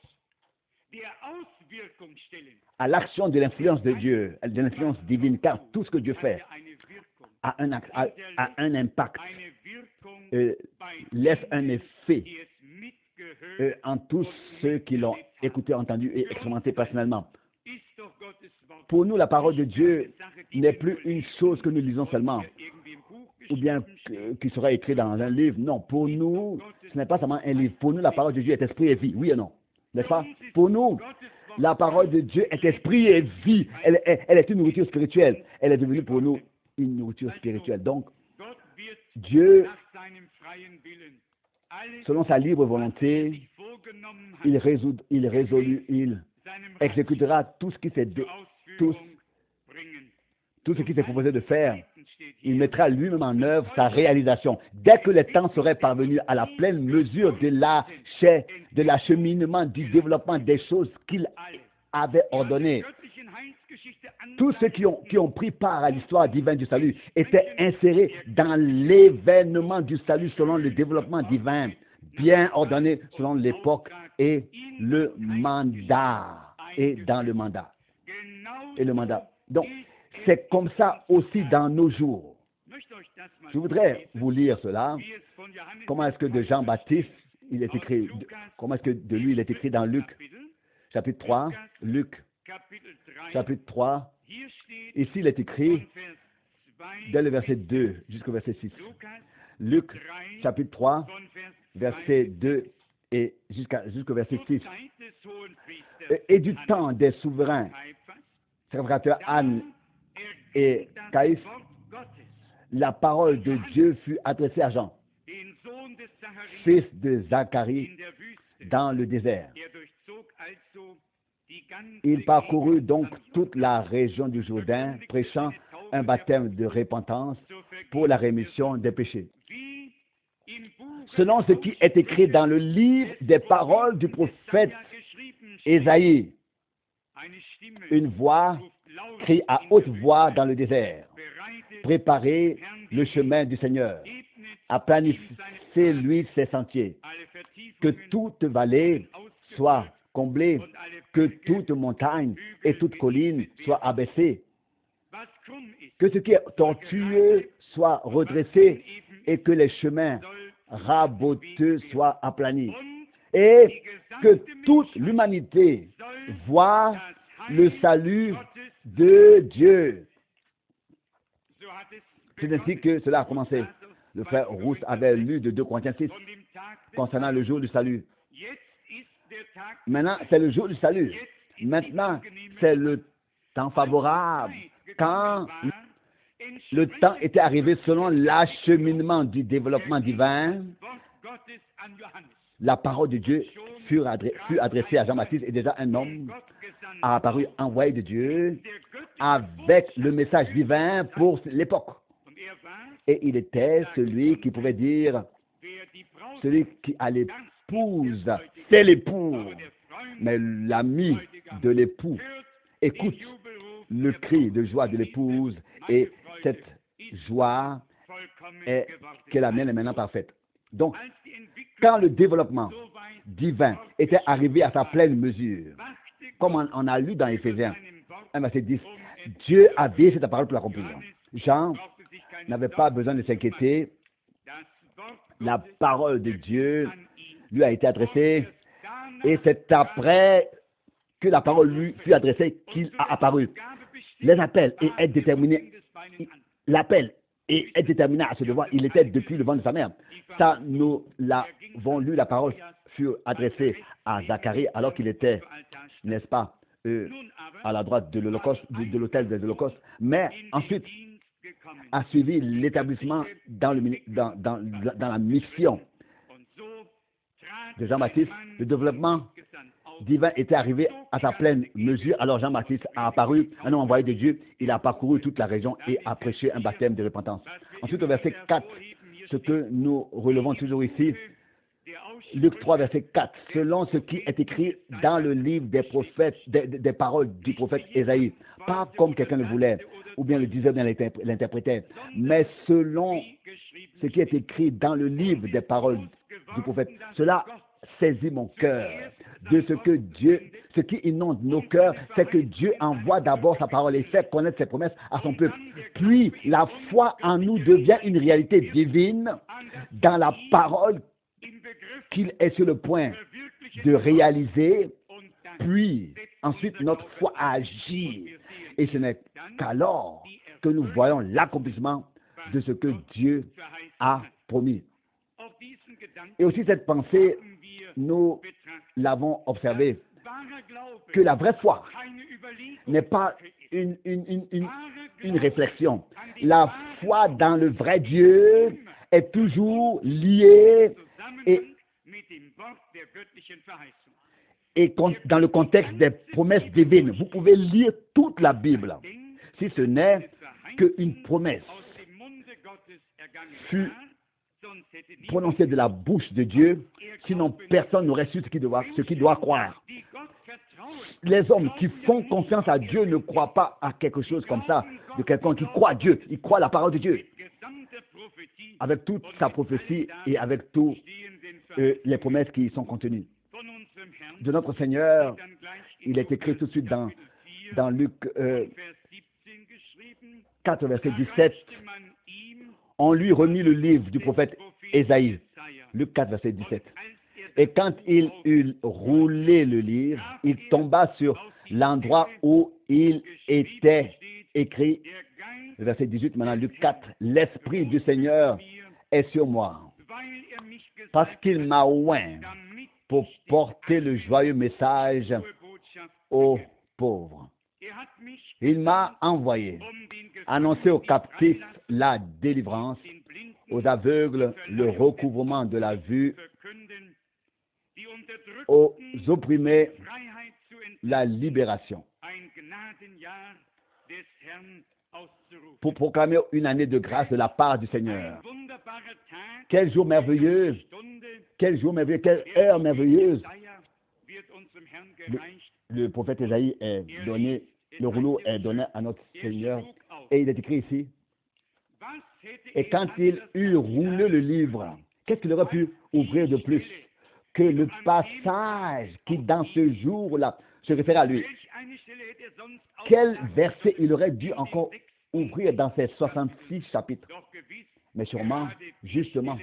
à l'action de l'influence de Dieu, de l'influence divine, car tout ce que Dieu fait a un, a, a un impact, euh, laisse un effet euh, en tous ceux qui l'ont écouté, entendu et expérimenté personnellement. Pour nous, la parole de Dieu n'est plus une chose que nous lisons seulement, ou bien que, qui sera écrit dans un livre. Non, pour nous, ce n'est pas seulement un livre. Pour nous, la parole de Dieu est esprit et vie, oui et non, n'est-ce pas? Pour nous, la parole de Dieu est esprit et vie. Elle, elle, elle est une nourriture spirituelle. Elle est devenue pour nous une nourriture spirituelle. Donc, Dieu, selon sa libre volonté, il résout, il résolu, il exécutera tout ce qui s'est tout, tout ce qui s'est proposé de faire. Il mettra lui-même en œuvre sa réalisation. Dès que les temps seraient parvenus à la pleine mesure de la chair, de l'acheminement, du développement des choses qu'il avait ordonnées. Tous ceux qui ont, qui ont pris part à l'histoire divine du salut étaient insérés dans l'événement du salut selon le développement divin, bien ordonné selon l'époque et le mandat. Et dans le mandat. Et le mandat. Donc, c'est comme ça aussi dans nos jours. Je voudrais vous lire cela. Comment est-ce que de Jean-Baptiste, il est écrit, comment est-ce que de lui, il est écrit dans Luc, chapitre trois, Luc, chapitre trois. Ici, il est écrit dès le verset deux jusqu'au verset six. Luc, chapitre trois, verset deux et jusqu'à, jusqu'au verset six. Et, et du temps des souverains, sacrificateurs Anne et Caïphe, la parole de Dieu fut adressée à Jean, fils de Zacharie, dans le désert. Il parcourut donc toute la région du Jourdain, prêchant un baptême de repentance pour la rémission des péchés. Selon ce qui est écrit dans le livre des paroles du prophète Ésaïe, une voix crie à haute voix dans le désert: préparez le chemin du Seigneur, aplanissez-lui ses sentiers, que toute vallée soit comblée, que toute montagne et toute colline soient abaissées, que ce qui est tortueux soit redressé et que les chemins raboteux soient aplanis, et que toute l'humanité voit le salut de Dieu. C'est ainsi que cela a commencé. Le frère Rousse avait lu de deux Corinthiens six concernant le jour du salut. Maintenant, c'est le jour du salut. Maintenant, c'est le temps favorable. Quand le temps était arrivé selon l'acheminement du développement divin, la parole de Dieu fut, adressé, fut adressé à Jean-Baptiste, et déjà un homme a apparu envoyé de Dieu avec le message divin pour l'époque. Et il était celui qui pouvait dire, celui qui a l'épouse, c'est l'époux. Mais l'ami de l'époux écoute le cri de joie de l'épouse, et cette joie est que la mienne est maintenant parfaite. Donc, quand le développement divin était arrivé à sa pleine mesure, comme on, on a lu dans Éphésiens un verset dix, Dieu a veillé cette parole pour l'accomplir. Jean n'avait pas besoin de s'inquiéter. La parole de Dieu lui a été adressée, et c'est après que la parole lui fut adressée qu'il a apparu. Les appels et être déterminé, l'appel et être déterminé à ce devoir, il était depuis le ventre de sa mère. Ça, nous l'avons lu, la parole fut adressée à Zacharie alors qu'il était, n'est-ce pas, euh, à la droite de l'Holocauste, de, de l'autel des holocaustes. Mais ensuite, a suivi l'établissement dans, le, dans, dans, dans la mission de Jean-Baptiste. Le développement divin était arrivé à sa pleine mesure. Alors Jean-Baptiste a apparu, un homme envoyé de Dieu. Il a parcouru toute la région et a prêché un baptême de repentance. Ensuite, au verset quatre, ce que nous relevons toujours ici, Luc trois, verset quatre, selon ce qui est écrit dans le livre des prophètes, des, des paroles du prophète Ésaïe, pas comme quelqu'un le voulait, ou bien le disait, ou bien l'interprétait, mais selon ce qui est écrit dans le livre des paroles du prophète. Cela saisit mon cœur de ce que Dieu, ce qui inonde nos cœurs, c'est que Dieu envoie d'abord sa parole et fait connaître ses promesses à son peuple. Puis la foi en nous devient une réalité divine dans la parole qu'il est sur le point de réaliser, puis ensuite notre foi agit. Et ce n'est qu'alors que nous voyons l'accomplissement de ce que Dieu a promis. Et aussi cette pensée, nous l'avons observé, que la vraie foi n'est pas une, une, une, une, une réflexion. La foi dans le vrai Dieu est toujours liée et, et dans le contexte des promesses divines. Vous pouvez lire toute la Bible, si ce n'est qu'une promesse fut prononcée de la bouche de Dieu, sinon personne n'aurait su ce qu'il doit, ce qu'il doit croire. Les hommes qui font confiance à Dieu ne croient pas à quelque chose comme ça, de quelqu'un qui croit à Dieu, il croit à la parole de Dieu, avec toute sa prophétie et avec toutes euh, les promesses qui y sont contenues. De notre Seigneur, il est écrit tout de suite dans, dans Luc euh, quatre, verset dix-sept, on lui remit le livre du prophète Ésaïe, Luc quatre, verset dix-sept. Et quand il eut roulé le livre, il tomba sur l'endroit où il était écrit, le verset dix-huit, maintenant Luc quatre, l'Esprit du Seigneur est sur moi, parce qu'il m'a oint pour porter le joyeux message aux pauvres. Il m'a envoyé annoncer aux captifs la délivrance, aux aveugles le recouvrement de la vue, aux opprimés la libération, pour proclamer une année de grâce de la part du Seigneur. Quel jour merveilleux, quel jour merveilleux, quelle heure merveilleuse. Le, le prophète Ésaïe est donné, le rouleau est donné à notre Seigneur, et il est écrit ici, et quand il eut roulé le livre, qu'est-ce qu'il aurait pu ouvrir de plus que le passage qui, dans ce jour-là, se réfère à lui? Quel verset il aurait dû encore ouvrir dans ces soixante-six chapitres? Mais sûrement, justement,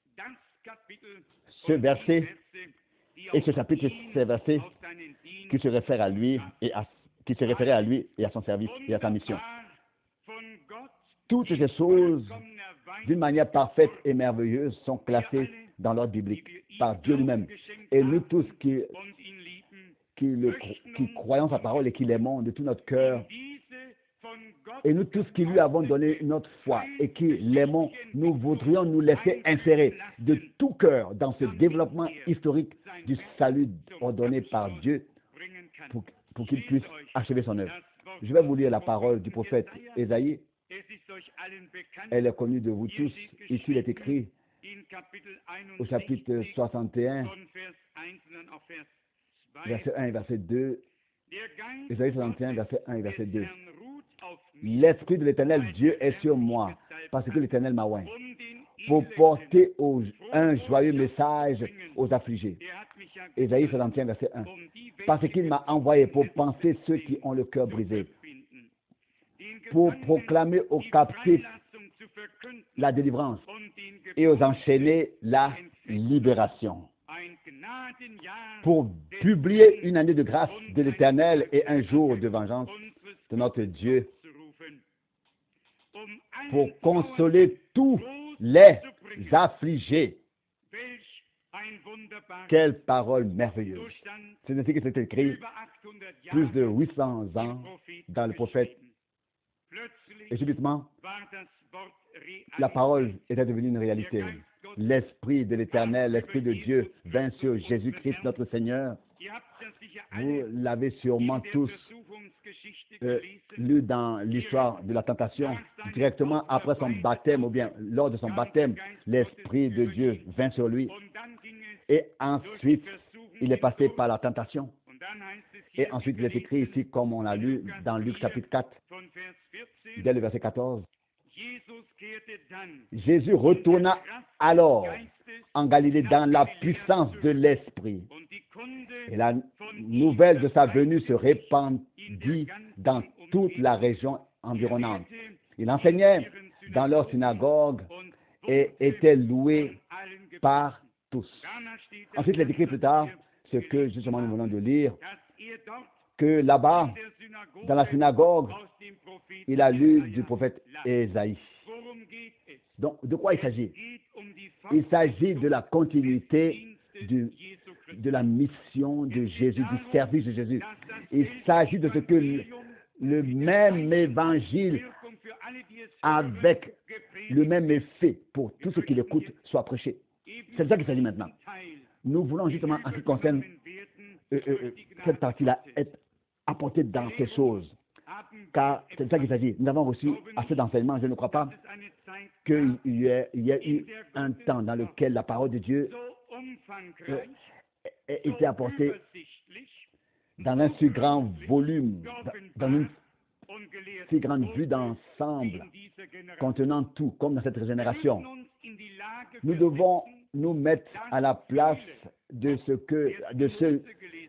ce verset et ce chapitre, ces versets qui se réfèrent à lui et à, qui se référaient à lui et à son service et à sa mission. Toutes ces choses, d'une manière parfaite et merveilleuse, sont classées dans l'ordre biblique par Dieu lui-même. Et nous tous qui, qui, le, qui croyons sa parole et qui l'aimons de tout notre cœur, Et nous tous qui lui avons donné notre foi et qui l'aimons, nous voudrions nous laisser insérer de tout cœur dans ce développement historique du salut ordonné par Dieu pour, pour qu'il puisse achever son œuvre. Je vais vous lire la parole du prophète Ésaïe. Elle est connue de vous tous. Ici, il est écrit au chapitre soixante et un, verset un et verset deux. Ésaïe soixante et un, verset un et verset deux. L'Esprit de l'Éternel Dieu est sur moi, parce que l'Éternel m'a oint, pour porter au, un joyeux message aux affligés. Ésaïe soixante et un, verset un. Parce qu'il m'a envoyé pour penser ceux qui ont le cœur brisé, pour proclamer aux captifs la délivrance et aux enchaînés la libération, pour publier une année de grâce de l'Éternel et un jour de vengeance de notre Dieu, pour consoler tous les affligés. Quelle parole merveilleuse! C'est ainsi que c'est écrit plus de huit cents ans dans le prophète. Et subitement, la parole était devenue une réalité. L'Esprit de l'Éternel, l'Esprit de Dieu vint sur Jésus-Christ notre Seigneur. Vous l'avez sûrement tous euh, lu dans l'histoire de la tentation. Directement après son baptême, ou bien lors de son baptême, l'Esprit de Dieu vint sur lui. Et ensuite, il est passé par la tentation. Et ensuite, il est écrit ici, comme on l'a lu dans Luc chapitre quatre, dès le verset quatorze. Jésus retourna alors en Galilée dans la puissance de l'Esprit. Et la nouvelle de sa venue se répandit dans toute la région environnante. Il enseignait dans leur synagogue et était loué par tous. Ensuite, il est écrit plus tard, ce que justement nous venons de lire, que là-bas, dans la synagogue, il a lu du prophète Ésaïe. Donc, de quoi il s'agit? Il s'agit de la continuité du, de la mission de Jésus, du service de Jésus. Il s'agit de ce que le, le même évangile, avec le même effet pour tous ceux qui l'écoutent, soit prêché. C'est de ça qu'il s'agit maintenant. Nous voulons justement, en ce qui concerne euh, euh, cette partie-là, être apportés dans ces choses. Car c'est de ça qu'il s'agit. Nous avons reçu assez d'enseignements. Je ne crois pas qu'il y ait, il y ait eu un temps dans lequel la parole de Dieu euh, ait été apportée dans un si grand volume, dans une si grande vue d'ensemble, contenant tout, comme dans cette génération. Nous devons nous mettre à la place de ce que, de ceux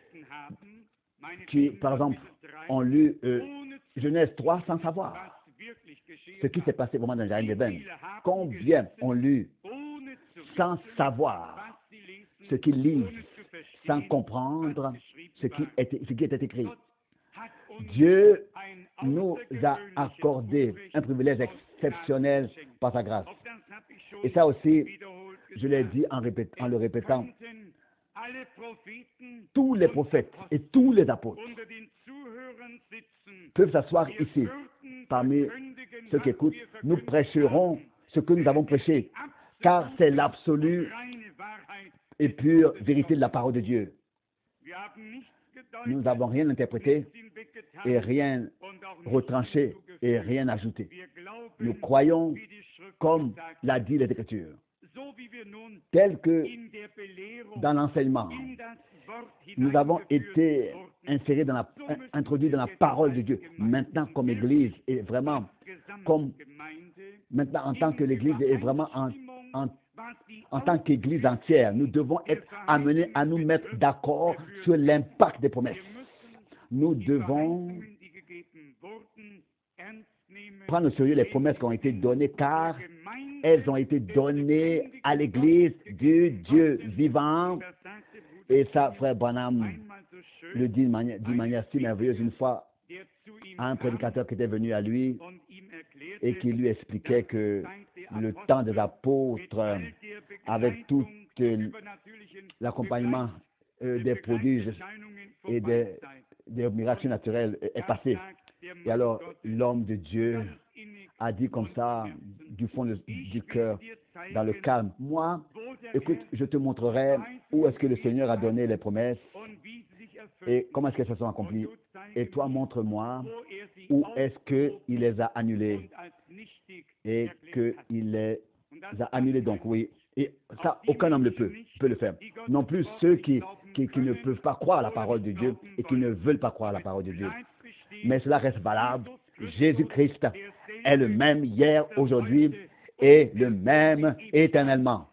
qui, par exemple, ont lu euh, Genèse trois sans savoir ce qui s'est passé vraiment dans le jardin d'Éden. Combien ont lu sans savoir ce qu'ils lisent, sans comprendre ce qui était, ce qui était écrit. Dieu nous a accordé un privilège exceptionnel par sa grâce. Et ça aussi, je l'ai dit en, répét, en le répétant, tous les prophètes et tous les apôtres peuvent s'asseoir ici. Parmi ceux qui écoutent, nous prêcherons ce que nous avons prêché, car c'est l'absolue et pure vérité de la parole de Dieu. Nous n'avons rien interprété et rien retranché et rien ajouté. Nous croyons comme l'a dit l'Écriture, tel que dans l'enseignement, nous avons été insérés dans la, introduits dans la parole de Dieu. Maintenant, comme Église, et vraiment, comme maintenant en tant que l'Église est vraiment en, en, en tant qu'Église entière, nous devons être amenés à nous mettre d'accord sur l'impact des promesses. Nous devons prendre au sérieux les promesses qui ont été données, car elles ont été données à l'Église du Dieu vivant. Et ça, frère Branham le dit d'une manière, d'une manière si merveilleuse une fois à un prédicateur qui était venu à lui et qui lui expliquait que le temps des apôtres, avec tout euh, l'accompagnement euh, des prodiges et des, des miracles naturels, est passé. Et alors, l'homme de Dieu a dit comme ça, du fond de- du cœur, dans le calme, moi, écoute, je te montrerai où est-ce que le Seigneur a donné les promesses et comment est-ce qu'elles se sont accomplies. Et toi, montre-moi où est-ce qu'il les a annulées et qu'il les a annulées. Donc, oui. Et ça, aucun homme ne peut, peut le faire. Non plus ceux qui, qui, qui ne peuvent pas croire à la parole de Dieu et qui ne veulent pas croire à la parole de Dieu. Mais cela reste valable. Jésus-Christ est le même hier, aujourd'hui et le même éternellement.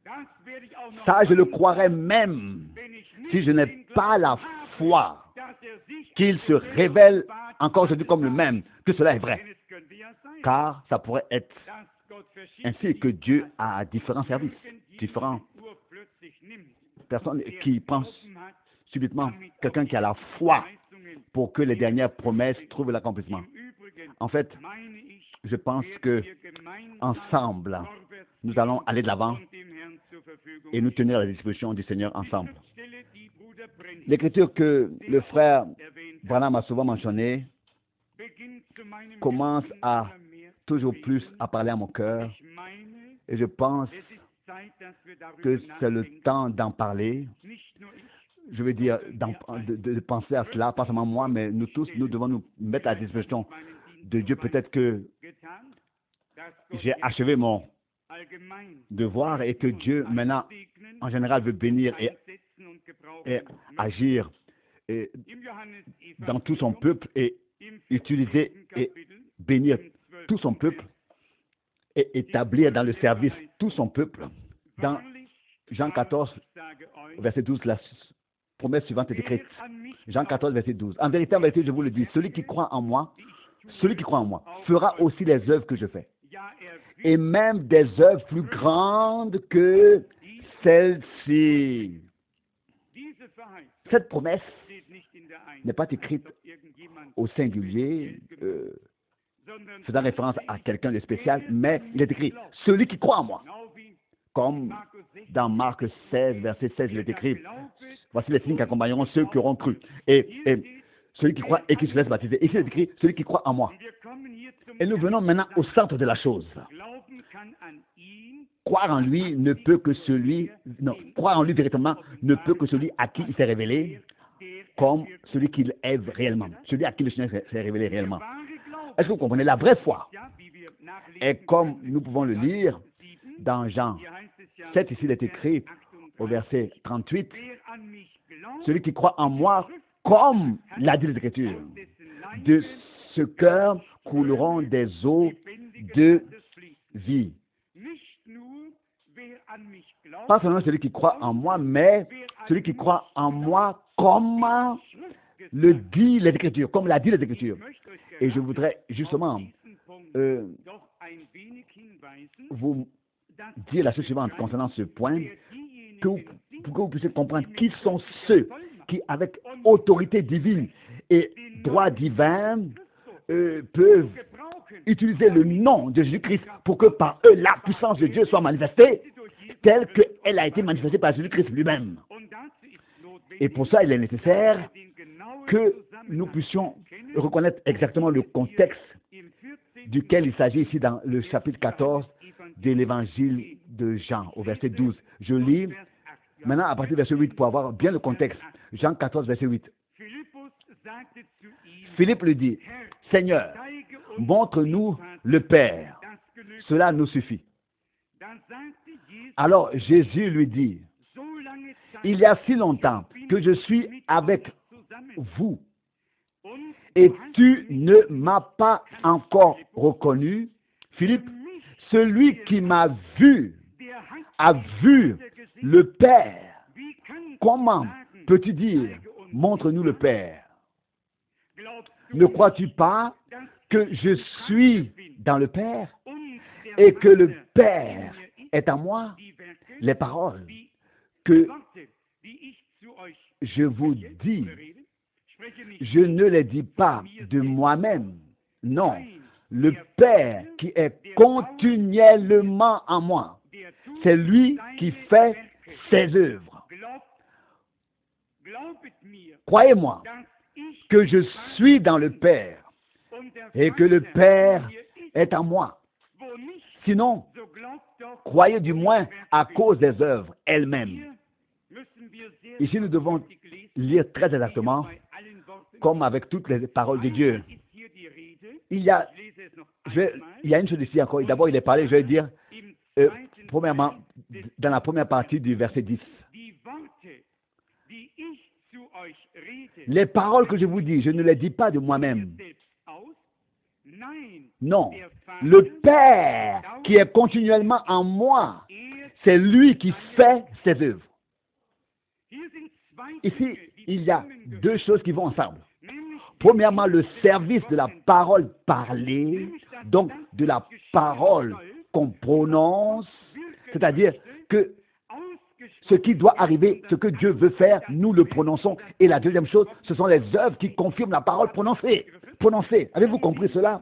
Ça, je le croirais même si je n'ai pas la foi qu'il se révèle encore aujourd'hui comme le même, que cela est vrai. Car ça pourrait être ainsi que Dieu a différents services, différentes personnes qui pensent subitement, quelqu'un qui a la foi pour que les dernières promesses trouvent l'accomplissement. En fait, je pense que ensemble, nous allons aller de l'avant et nous tenir à la disposition du Seigneur ensemble. L'écriture que le frère Branham a souvent mentionnée commence à toujours plus à parler à mon cœur et je pense que c'est le temps d'en parler. Je veux dire, de, de penser à cela, pas seulement moi, mais nous tous, nous devons nous mettre à la disposition de Dieu. Peut-être que j'ai achevé mon devoir et que Dieu, maintenant, en général, veut bénir et, et agir et, dans tout son peuple et utiliser et bénir tout son peuple et établir dans le service tout son peuple. Dans Jean quatorze, verset douze, la promesse suivante est écrite. Jean quatorze, verset douze. En vérité, en vérité, je vous le dis, celui qui croit en moi, celui qui croit en moi, fera aussi les œuvres que je fais. Et même des œuvres plus grandes que celles-ci. Cette promesse n'est pas écrite au singulier, euh, faisant référence à quelqu'un de spécial, mais il est écrit « celui qui croit en moi ». Comme dans Marc seize, verset seize, il est écrit « voici les signes qui accompagneront ceux qui auront cru ». Et, et celui qui croit et qui se laisse baptiser. Ici, il est écrit « celui qui croit en moi ». Et nous venons maintenant au centre de la chose. Croire en lui ne peut que celui, non, croire en lui directement ne peut que celui à qui il s'est révélé, comme celui qu'il est réellement, celui à qui le Seigneur s'est révélé réellement. Est-ce que vous comprenez? La vraie foi est comme nous pouvons le lire dans Jean sept, ici il est écrit au verset trente-huit, celui qui croit en moi, comme l'a dit l'Écriture, de ce cœur couleront des eaux de vie. Pas seulement celui qui croit en moi, mais celui qui croit en moi comme le dit les Écritures, comme l'a dit les Écritures. Et je voudrais justement euh, vous dire la chose suivante concernant ce point, que vous, pour que vous puissiez comprendre qui sont ceux qui, avec autorité divine et droit divin, euh, peuvent utiliser le nom de Jésus-Christ pour que par eux la puissance de Dieu soit manifestée telle qu'elle a été manifestée par Jésus-Christ lui-même. Et pour ça, il est nécessaire que nous puissions reconnaître exactement le contexte duquel il s'agit ici dans le chapitre quatorze de l'évangile de Jean, au verset douze. Je lis maintenant à partir du verset huit pour avoir bien le contexte. Jean quatorze, verset huit. Philippe lui dit, « Seigneur, montre-nous le Père, cela nous suffit. » Alors Jésus lui dit, « Il y a si longtemps que je suis avec vous, et tu ne m'as pas encore reconnu, Philippe, celui qui m'a vu a vu le Père. Comment peux-tu dire, montre-nous le Père? Ne crois-tu pas que je suis dans le Père et que le Père est en moi? Les paroles que je vous dis, je ne les dis pas de moi-même. Non, le Père qui est continuellement en moi, c'est lui qui fait ses œuvres. Croyez-moi que je suis dans le Père et que le Père est en moi. Sinon, croyez du moins à cause des œuvres elles-mêmes. Ici, nous devons lire très exactement, comme avec toutes les paroles de Dieu. Il y a, je, il y a une chose ici encore. D'abord, il est parlé, je vais dire, euh, premièrement, dans la première partie du verset dix. Les paroles que je vous dis, je ne les dis pas de moi-même. Non, le Père qui est continuellement en moi, c'est lui qui fait ses œuvres. Ici, il y a deux choses qui vont ensemble. Premièrement, le service de la parole parlée, donc de la parole qu'on prononce, c'est-à-dire que ce qui doit arriver, ce que Dieu veut faire, nous le prononçons. Et la deuxième chose, ce sont les œuvres qui confirment la parole prononcée. Prononcée. Avez-vous compris cela?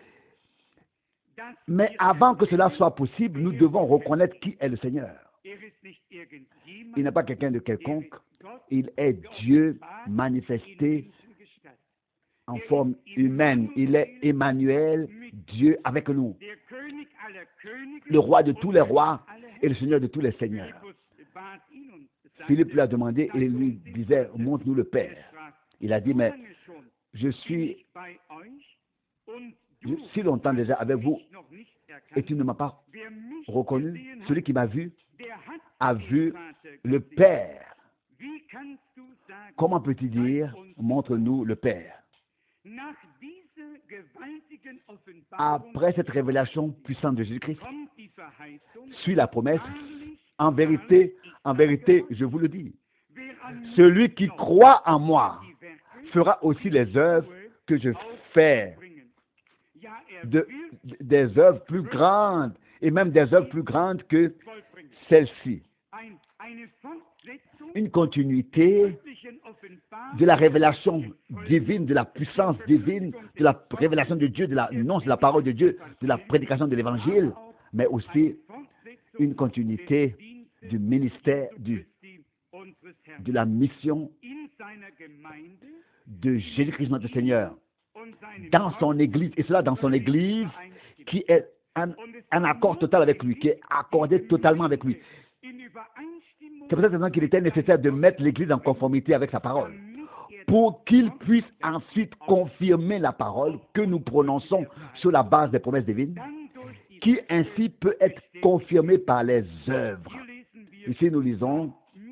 Mais avant que cela soit possible, nous devons reconnaître qui est le Seigneur. Il n'est pas quelqu'un de quelconque. Il est Dieu manifesté en forme humaine. Il est Emmanuel, Dieu avec nous. Le roi de tous les rois et le Seigneur de tous les seigneurs. Philippe lui a demandé et lui disait, montre-nous le Père. Il a dit, mais je suis je, si longtemps déjà avec vous et tu ne m'as pas reconnu. Celui qui m'a vu a vu le Père. Comment peux-tu dire, montre-nous le Père? Après cette révélation puissante de Jésus-Christ, suit la promesse, en vérité, en vérité, je vous le dis, celui qui croit en moi fera aussi les œuvres que je fais, de, des œuvres plus grandes, et même des œuvres plus grandes que celles-ci. Une continuité de la révélation divine, de la puissance divine, de la révélation de Dieu, de l'annonce de la parole de Dieu, de la prédication de l'Évangile, mais aussi une continuité du ministère, du, de la mission de Jésus-Christ notre Seigneur dans son Église, et cela dans son Église qui est en, en accord total avec lui, qui est accordé totalement avec lui. C'est pour ça qu'il était nécessaire de mettre l'Église en conformité avec sa parole, pour qu'il puisse ensuite confirmer la parole que nous prononçons sur la base des promesses divines, qui ainsi peut être confirmée par les œuvres. Ici, nous lisons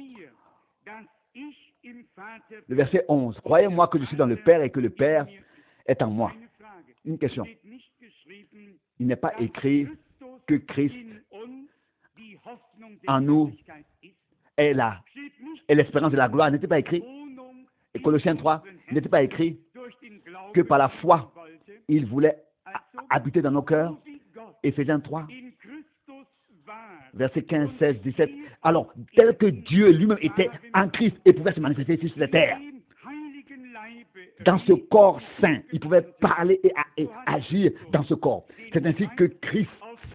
le verset onze. Croyez-moi que je suis dans le Père et que le Père est en moi. Une question. Il n'est pas écrit que Christ en nous est là, est l'espérance de la gloire. N'était pas écrit, et Colossiens trois, n'était pas écrit que par la foi, il voulait habiter dans nos cœurs. Éphésiens trois, versets quinze, seize, dix-sept. Alors, tel que Dieu lui-même était en Christ et pouvait se manifester ici sur la terre, dans ce corps saint, il pouvait parler et, et agir dans ce corps. C'est ainsi que Christ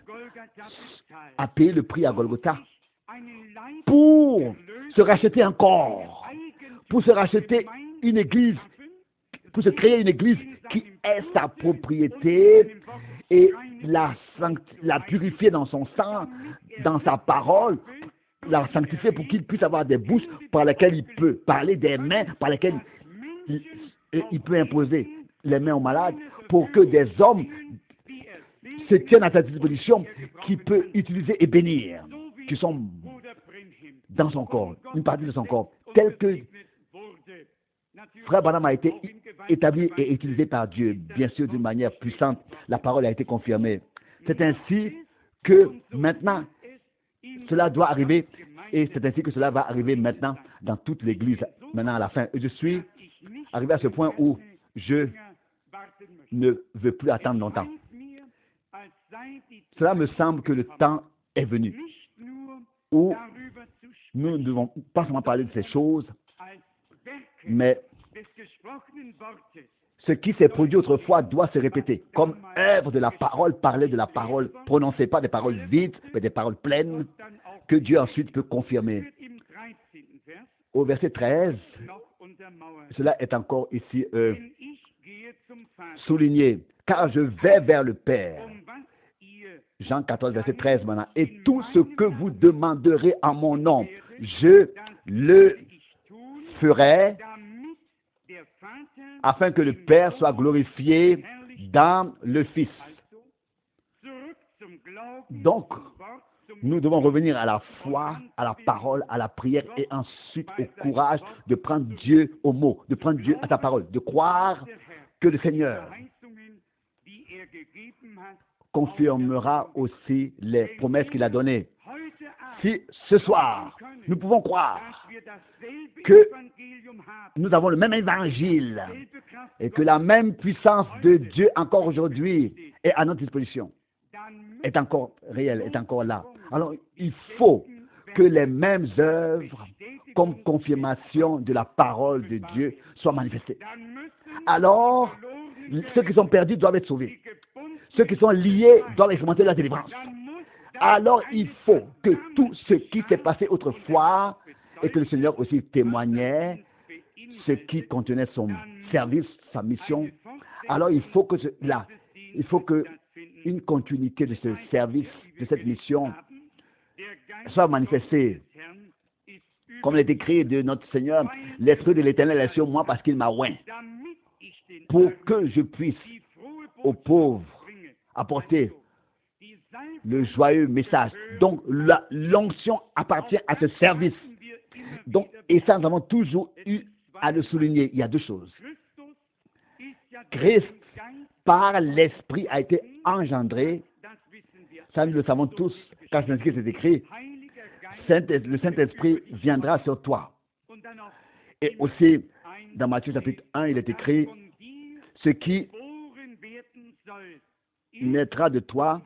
a payé le prix à Golgotha pour se racheter un corps, pour se racheter une église, pour se créer une église qui est sa propriété et la, la purifier dans son sang, dans sa parole, la sanctifier pour qu'il puisse avoir des bouches par lesquelles il peut parler, des mains par lesquelles il, il peut imposer les mains aux malades, pour que des hommes se tiennent à sa disposition, qui peut utiliser et bénir, qui sont dans son corps, une partie de son corps, tel que Frère Branham a été établi et utilisé par Dieu, bien sûr d'une manière puissante. La parole a été confirmée. C'est ainsi que maintenant, cela doit arriver, et c'est ainsi que cela va arriver maintenant dans toute l'Église, maintenant à la fin. Et je suis arrivé à ce point où je ne veux plus attendre longtemps. Cela me semble que le temps est venu où nous ne devons pas seulement parler de ces choses, mais ce qui s'est produit autrefois doit se répéter, comme œuvre de la parole, parler de la parole, prononcez pas des paroles vides, mais des paroles pleines, que Dieu ensuite peut confirmer. Au verset treize, cela est encore ici euh, souligné. car je vais vers le Père. Jean quatorze, verset treize maintenant. Et tout ce que vous demanderez en mon nom, je le ferai afin que le Père soit glorifié dans le Fils. Donc, nous devons revenir à la foi, à la parole, à la prière et ensuite au courage de prendre Dieu au mot, de prendre Dieu à sa parole, de croire que le Seigneur confirmera aussi les promesses qu'il a données. Si ce soir, nous pouvons croire que nous avons le même évangile et que la même puissance de Dieu encore aujourd'hui est à notre disposition, est encore réelle, est encore là. Alors, il faut que les mêmes œuvres, comme confirmation de la parole de Dieu, soient manifestées. Alors, ceux qui sont perdus doivent être sauvés. Ceux qui sont liés doivent expérimenter la délivrance. Alors, il faut que tout ce qui s'est passé autrefois et que le Seigneur aussi témoignait, ce qui contenait son service, sa mission. Alors, il faut que là, il faut que une continuité de ce service, de cette mission, soit manifestée. Comme il est écrit de notre Seigneur, l'Esprit de l'Éternel est sur moi parce qu'il m'a oint, pour que je puisse aux pauvres apporter le joyeux message. Donc, la, l'onction appartient à ce service. Donc, et ça, nous avons toujours eu à le souligner. Il y a deux choses. Christ, par l'Esprit, a été engendré. Ça, nous le savons tous. Quand c'est écrit, Saint, le Saint-Esprit viendra sur toi. Et aussi, dans Matthieu chapitre un, il est écrit, ce qui naîtra de toi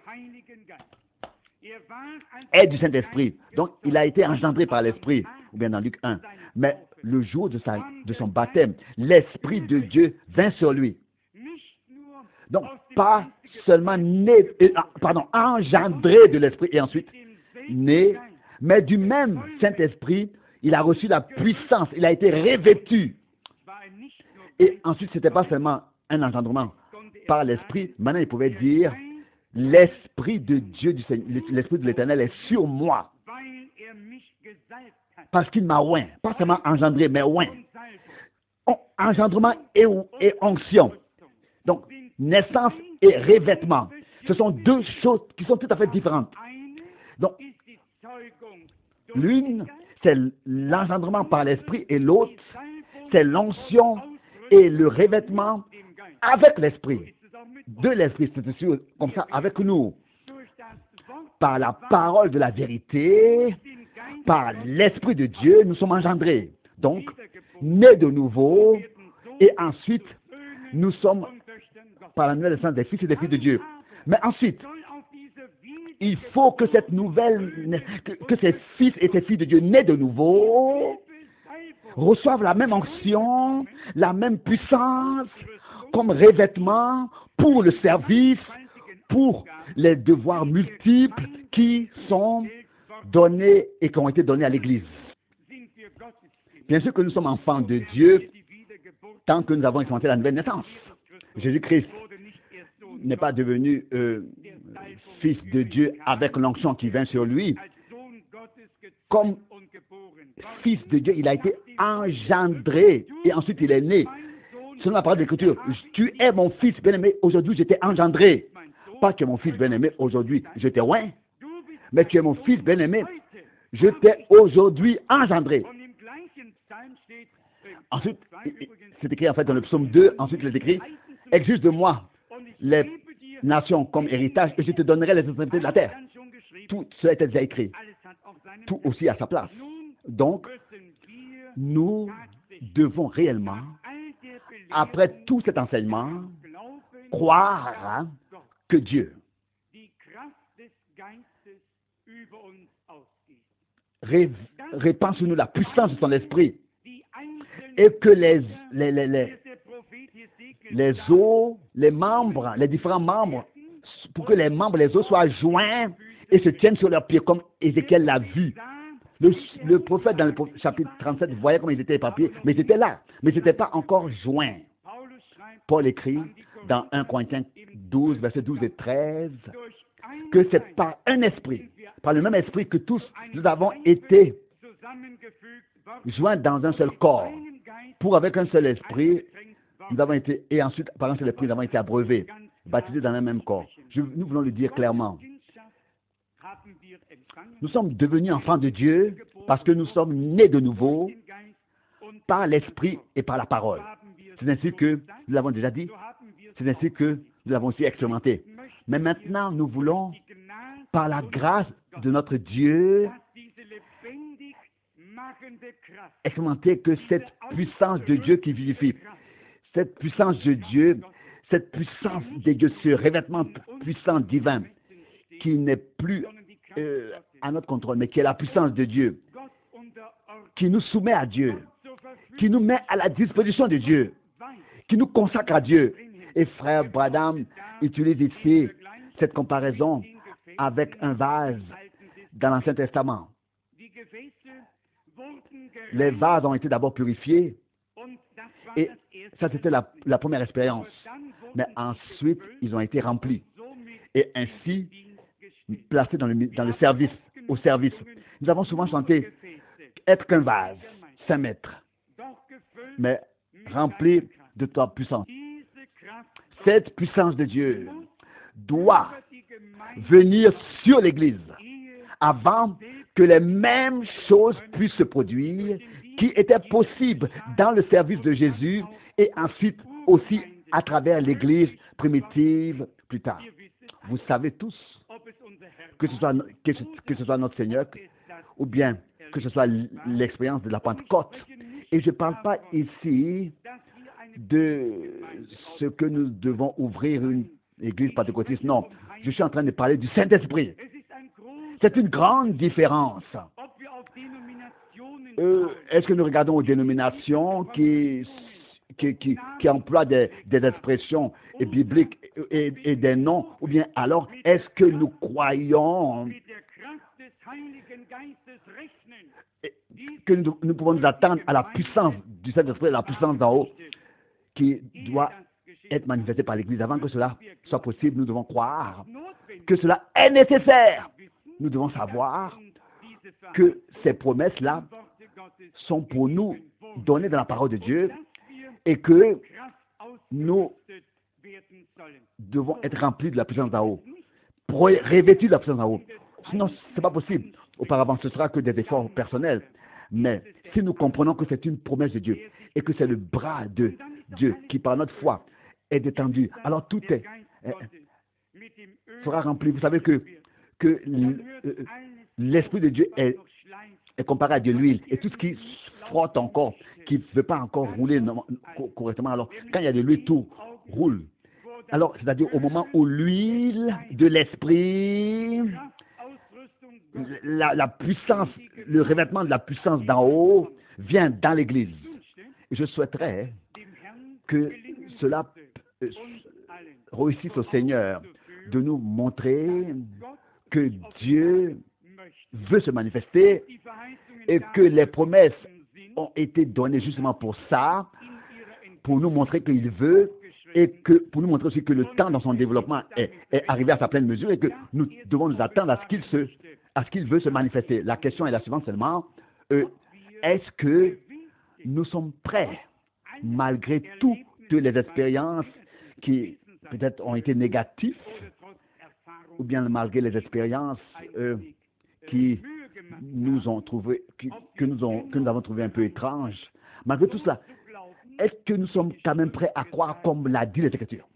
est du Saint-Esprit. Donc, il a été engendré par l'Esprit, ou bien dans Luc un. Mais le jour de, sa, de son baptême, l'Esprit de Dieu vint sur lui. Donc, pas seulement né, euh, pardon, engendré de l'Esprit et ensuite né, mais du même Saint-Esprit, il a reçu la puissance, il a été revêtu. Et ensuite, ce n'était pas seulement un engendrement par l'Esprit, maintenant il pouvait dire, l'Esprit de Dieu, du Seigneur, l'Esprit de l'Éternel est sur moi, parce qu'il m'a oint, pas seulement engendré, mais oint. Engendrement et, et onction. Donc, naissance et revêtement, ce sont deux choses qui sont tout à fait différentes. Donc, l'une, c'est l'engendrement par l'Esprit et l'autre, c'est l'onction et le revêtement avec l'Esprit. De l'Esprit, c'est aussi comme ça avec nous. Par la parole de la vérité, par l'Esprit de Dieu, nous sommes engendrés. Donc, nés de nouveau, et ensuite, nous sommes par la nouvelle naissance des fils et des filles de Dieu. Mais ensuite, il faut que cette nouvelle, que, que ces fils et ces filles de Dieu nés de nouveau reçoivent la même onction, la même puissance, comme revêtement pour le service, pour les devoirs multiples qui sont donnés et qui ont été donnés à l'Église. Bien sûr que nous sommes enfants de Dieu tant que nous avons expérimenté la nouvelle naissance. Jésus-Christ n'est pas devenu euh, fils de Dieu avec l'onction qui vient sur lui. Comme fils de Dieu, il a été engendré et ensuite il est né. Selon la parole de l'Écriture, tu es mon fils bien-aimé, aujourd'hui je t'ai engendré. Pas tu es mon fils bien-aimé, aujourd'hui je t'ai oint, mais tu es mon fils bien-aimé, je t'ai aujourd'hui engendré. Ensuite, c'est écrit en fait dans le psaume deux, ensuite il est écrit, exige de moi les nations comme héritage et je te donnerai les extrémités de la terre. Tout cela était déjà écrit, tout aussi à sa place. Donc, nous devons réellement, après tout cet enseignement, croire que Dieu ré, répand sur nous la puissance de son esprit et que les, les, les, les, les os, les membres, les différents membres, pour que les membres, les os soient joints et se tiennent sur leurs pieds comme Ézéchiel l'a vu. Le, le prophète dans le chapitre trente-sept voyait comment ils étaient éparpillés, mais ils étaient là, mais ils n'étaient pas encore joints. Paul écrit dans un Corinthiens douze, versets douze et treize, que c'est par un esprit, par le même esprit que tous nous avons été joints dans un seul corps. Pour avec un seul esprit, nous avons été, et ensuite par un seul esprit, nous avons été abreuvés, baptisés dans un même corps. Je, nous voulons le dire clairement. Nous sommes devenus enfants de Dieu parce que nous sommes nés de nouveau par l'esprit et par la parole. C'est ainsi que nous l'avons déjà dit, c'est ainsi que nous l'avons aussi expérimenté. Mais maintenant, nous voulons, par la grâce de notre Dieu, expérimenter que cette puissance de Dieu qui vivifie, cette puissance de Dieu, cette puissance de Dieu, ce revêtement puissant divin, qui n'est plus euh, à notre contrôle, mais qui est la puissance de Dieu, qui nous soumet à Dieu, qui nous met à la disposition de Dieu, qui nous consacre à Dieu. Et frère Branham utilise ici cette comparaison avec un vase dans l'Ancien Testament. Les vases ont été d'abord purifiés, et ça c'était la, la première expérience. Mais ensuite, ils ont été remplis, et ainsi placés dans le, dans le service, au service. Nous avons souvent chanté être qu'un vase, cinq mètres, mais rempli de ta puissance. Cette puissance de Dieu doit venir sur l'Église avant que les mêmes choses puissent se produire qui étaient possibles dans le service de Jésus et ensuite aussi à travers l'Église primitive plus tard. Vous savez tous, que ce soit, que ce, que ce soit notre Seigneur ou bien que ce soit l'expérience de la Pentecôte. Et je ne parle pas ici de ce que nous devons ouvrir une église pentecôtiste. Non, je suis en train de parler du Saint-Esprit. C'est une grande différence. Euh, est-ce que nous regardons aux dénominations qui, qui, qui, qui emploient des, des expressions bibliques et, et des noms, ou bien alors est-ce que nous croyons que nous, nous pouvons nous attendre à la puissance du Saint-Esprit, la puissance d'en haut, qui doit être manifestée par l'Église. Avant que cela soit possible, nous devons croire que cela est nécessaire. Nous devons savoir que ces promesses-là sont pour nous données dans la parole de Dieu et que nous devons être remplis de la puissance d'en haut, revêtus de la puissance d'en haut. Sinon, ce n'est pas possible. Auparavant, ce sera que des efforts personnels. Mais si nous comprenons que c'est une promesse de Dieu et que c'est le bras de Dieu qui, par notre foi, est détendu, alors tout est, est sera rempli. Vous savez que, que l'Esprit de Dieu est, est comparé à de l'huile. Et tout ce qui frotte encore, qui ne veut pas encore rouler correctement, alors quand il y a de l'huile, tout roule. Alors, c'est-à-dire au moment où l'huile de l'Esprit, La, la puissance, le revêtement de la puissance d'en haut vient dans l'Église. Et je souhaiterais que cela euh, réussisse au Seigneur de nous montrer que Dieu veut se manifester et que les promesses ont été données justement pour ça, pour nous montrer qu'il veut et que pour nous montrer aussi que le temps dans son développement est, est arrivé à sa pleine mesure et que nous devons nous attendre à ce qu'il se à ce qu'il veut se manifester. La question est la suivante seulement, euh, est-ce que nous sommes prêts, malgré toutes les expériences qui peut-être ont été négatives, ou bien malgré les expériences euh, qui nous ont trouvé, qui, que, nous ont, que nous avons trouvé un peu étranges, malgré tout cela, est-ce que nous sommes quand même prêts à croire comme l'a dit l'Écriture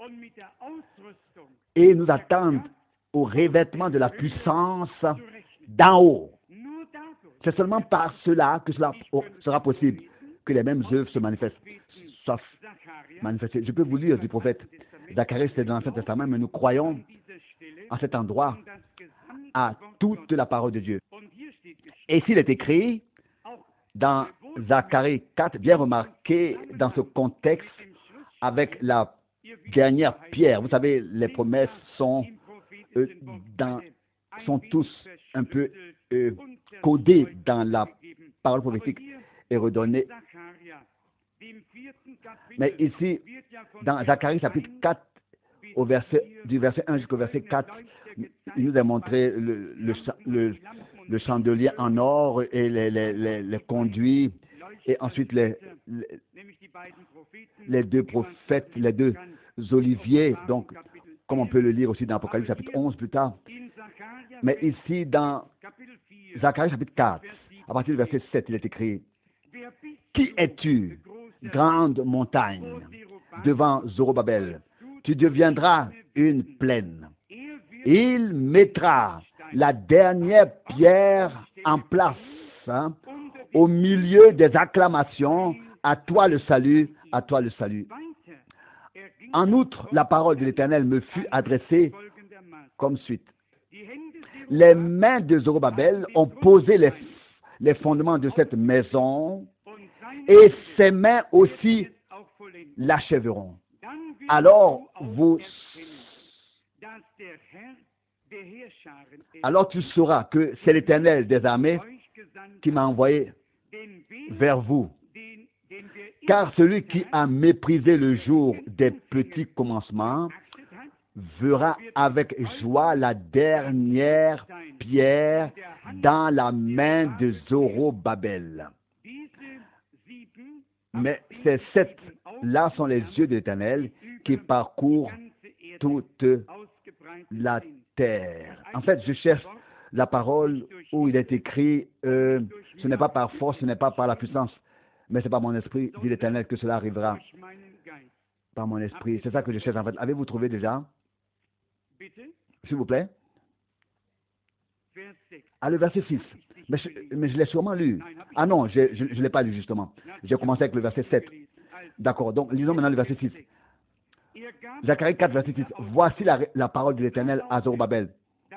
et nous attendre au revêtement de la puissance d'en haut? C'est seulement par cela que cela sera possible, que les mêmes œuvres se manifestent, soient manifestées. Je peux vous lire du prophète Zacharie, c'est dans l'Ancien Testament, mais nous croyons en cet endroit à toute la parole de Dieu. Et s'il est écrit dans Zacharie quatre, bien remarqué dans ce contexte avec la dernière pierre. Vous savez, les promesses sont euh, dans sont tous un peu euh, codés dans la parole prophétique et redonnés. Mais ici, dans Zacharie chapitre quatre, au verset, du verset un jusqu'au verset quatre, il nous a montré le, le, le, le chandelier en or et les, les, les, les conduits, et ensuite les, les, les deux prophètes, les deux oliviers, donc comme on peut le lire aussi dans Apocalypse chapitre onze plus tard. Mais ici, dans Zacharie chapitre quatre, à partir du verset sept, il est écrit: Qui es-tu, grande montagne, devant Zorobabel? Tu deviendras une plaine. Il mettra la dernière pierre en place, hein, au milieu des acclamations. À toi le salut, à toi le salut. En outre, la parole de l'Éternel me fut adressée comme suite. Les mains de Zorobabel ont posé les, les fondements de cette maison, et ses mains aussi l'achèveront. Alors vous, alors tu sauras que c'est l'Éternel des armées qui m'a envoyé vers vous. Car celui qui a méprisé le jour des petits commencements verra avec joie la dernière pierre dans la main de Zorobabel. Mais ces sept-là sont les yeux de l'Éternel qui parcourent toute la terre. En fait, je cherche la parole où il est écrit euh, ce n'est pas par force, ce n'est pas par la puissance, mais c'est par mon esprit, dit l'Éternel, que cela arrivera. Par mon esprit. C'est ça que je cherche en fait. Avez-vous trouvé déjà? S'il vous plaît. Ah, le verset six. Mais je, mais je l'ai sûrement lu. Ah non, je ne l'ai pas lu justement. J'ai commencé avec le verset sept. D'accord, donc lisons maintenant le verset six. Zacharie quatre, verset six. Voici la, la parole de l'Éternel à Zorobabel.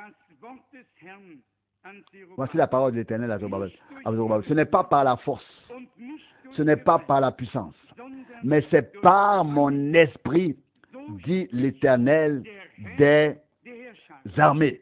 Voici la parole de l'Éternel à Zorobabel. Ce n'est pas par la force, ce n'est pas par la puissance, mais c'est par mon esprit, dit l'Éternel des armées.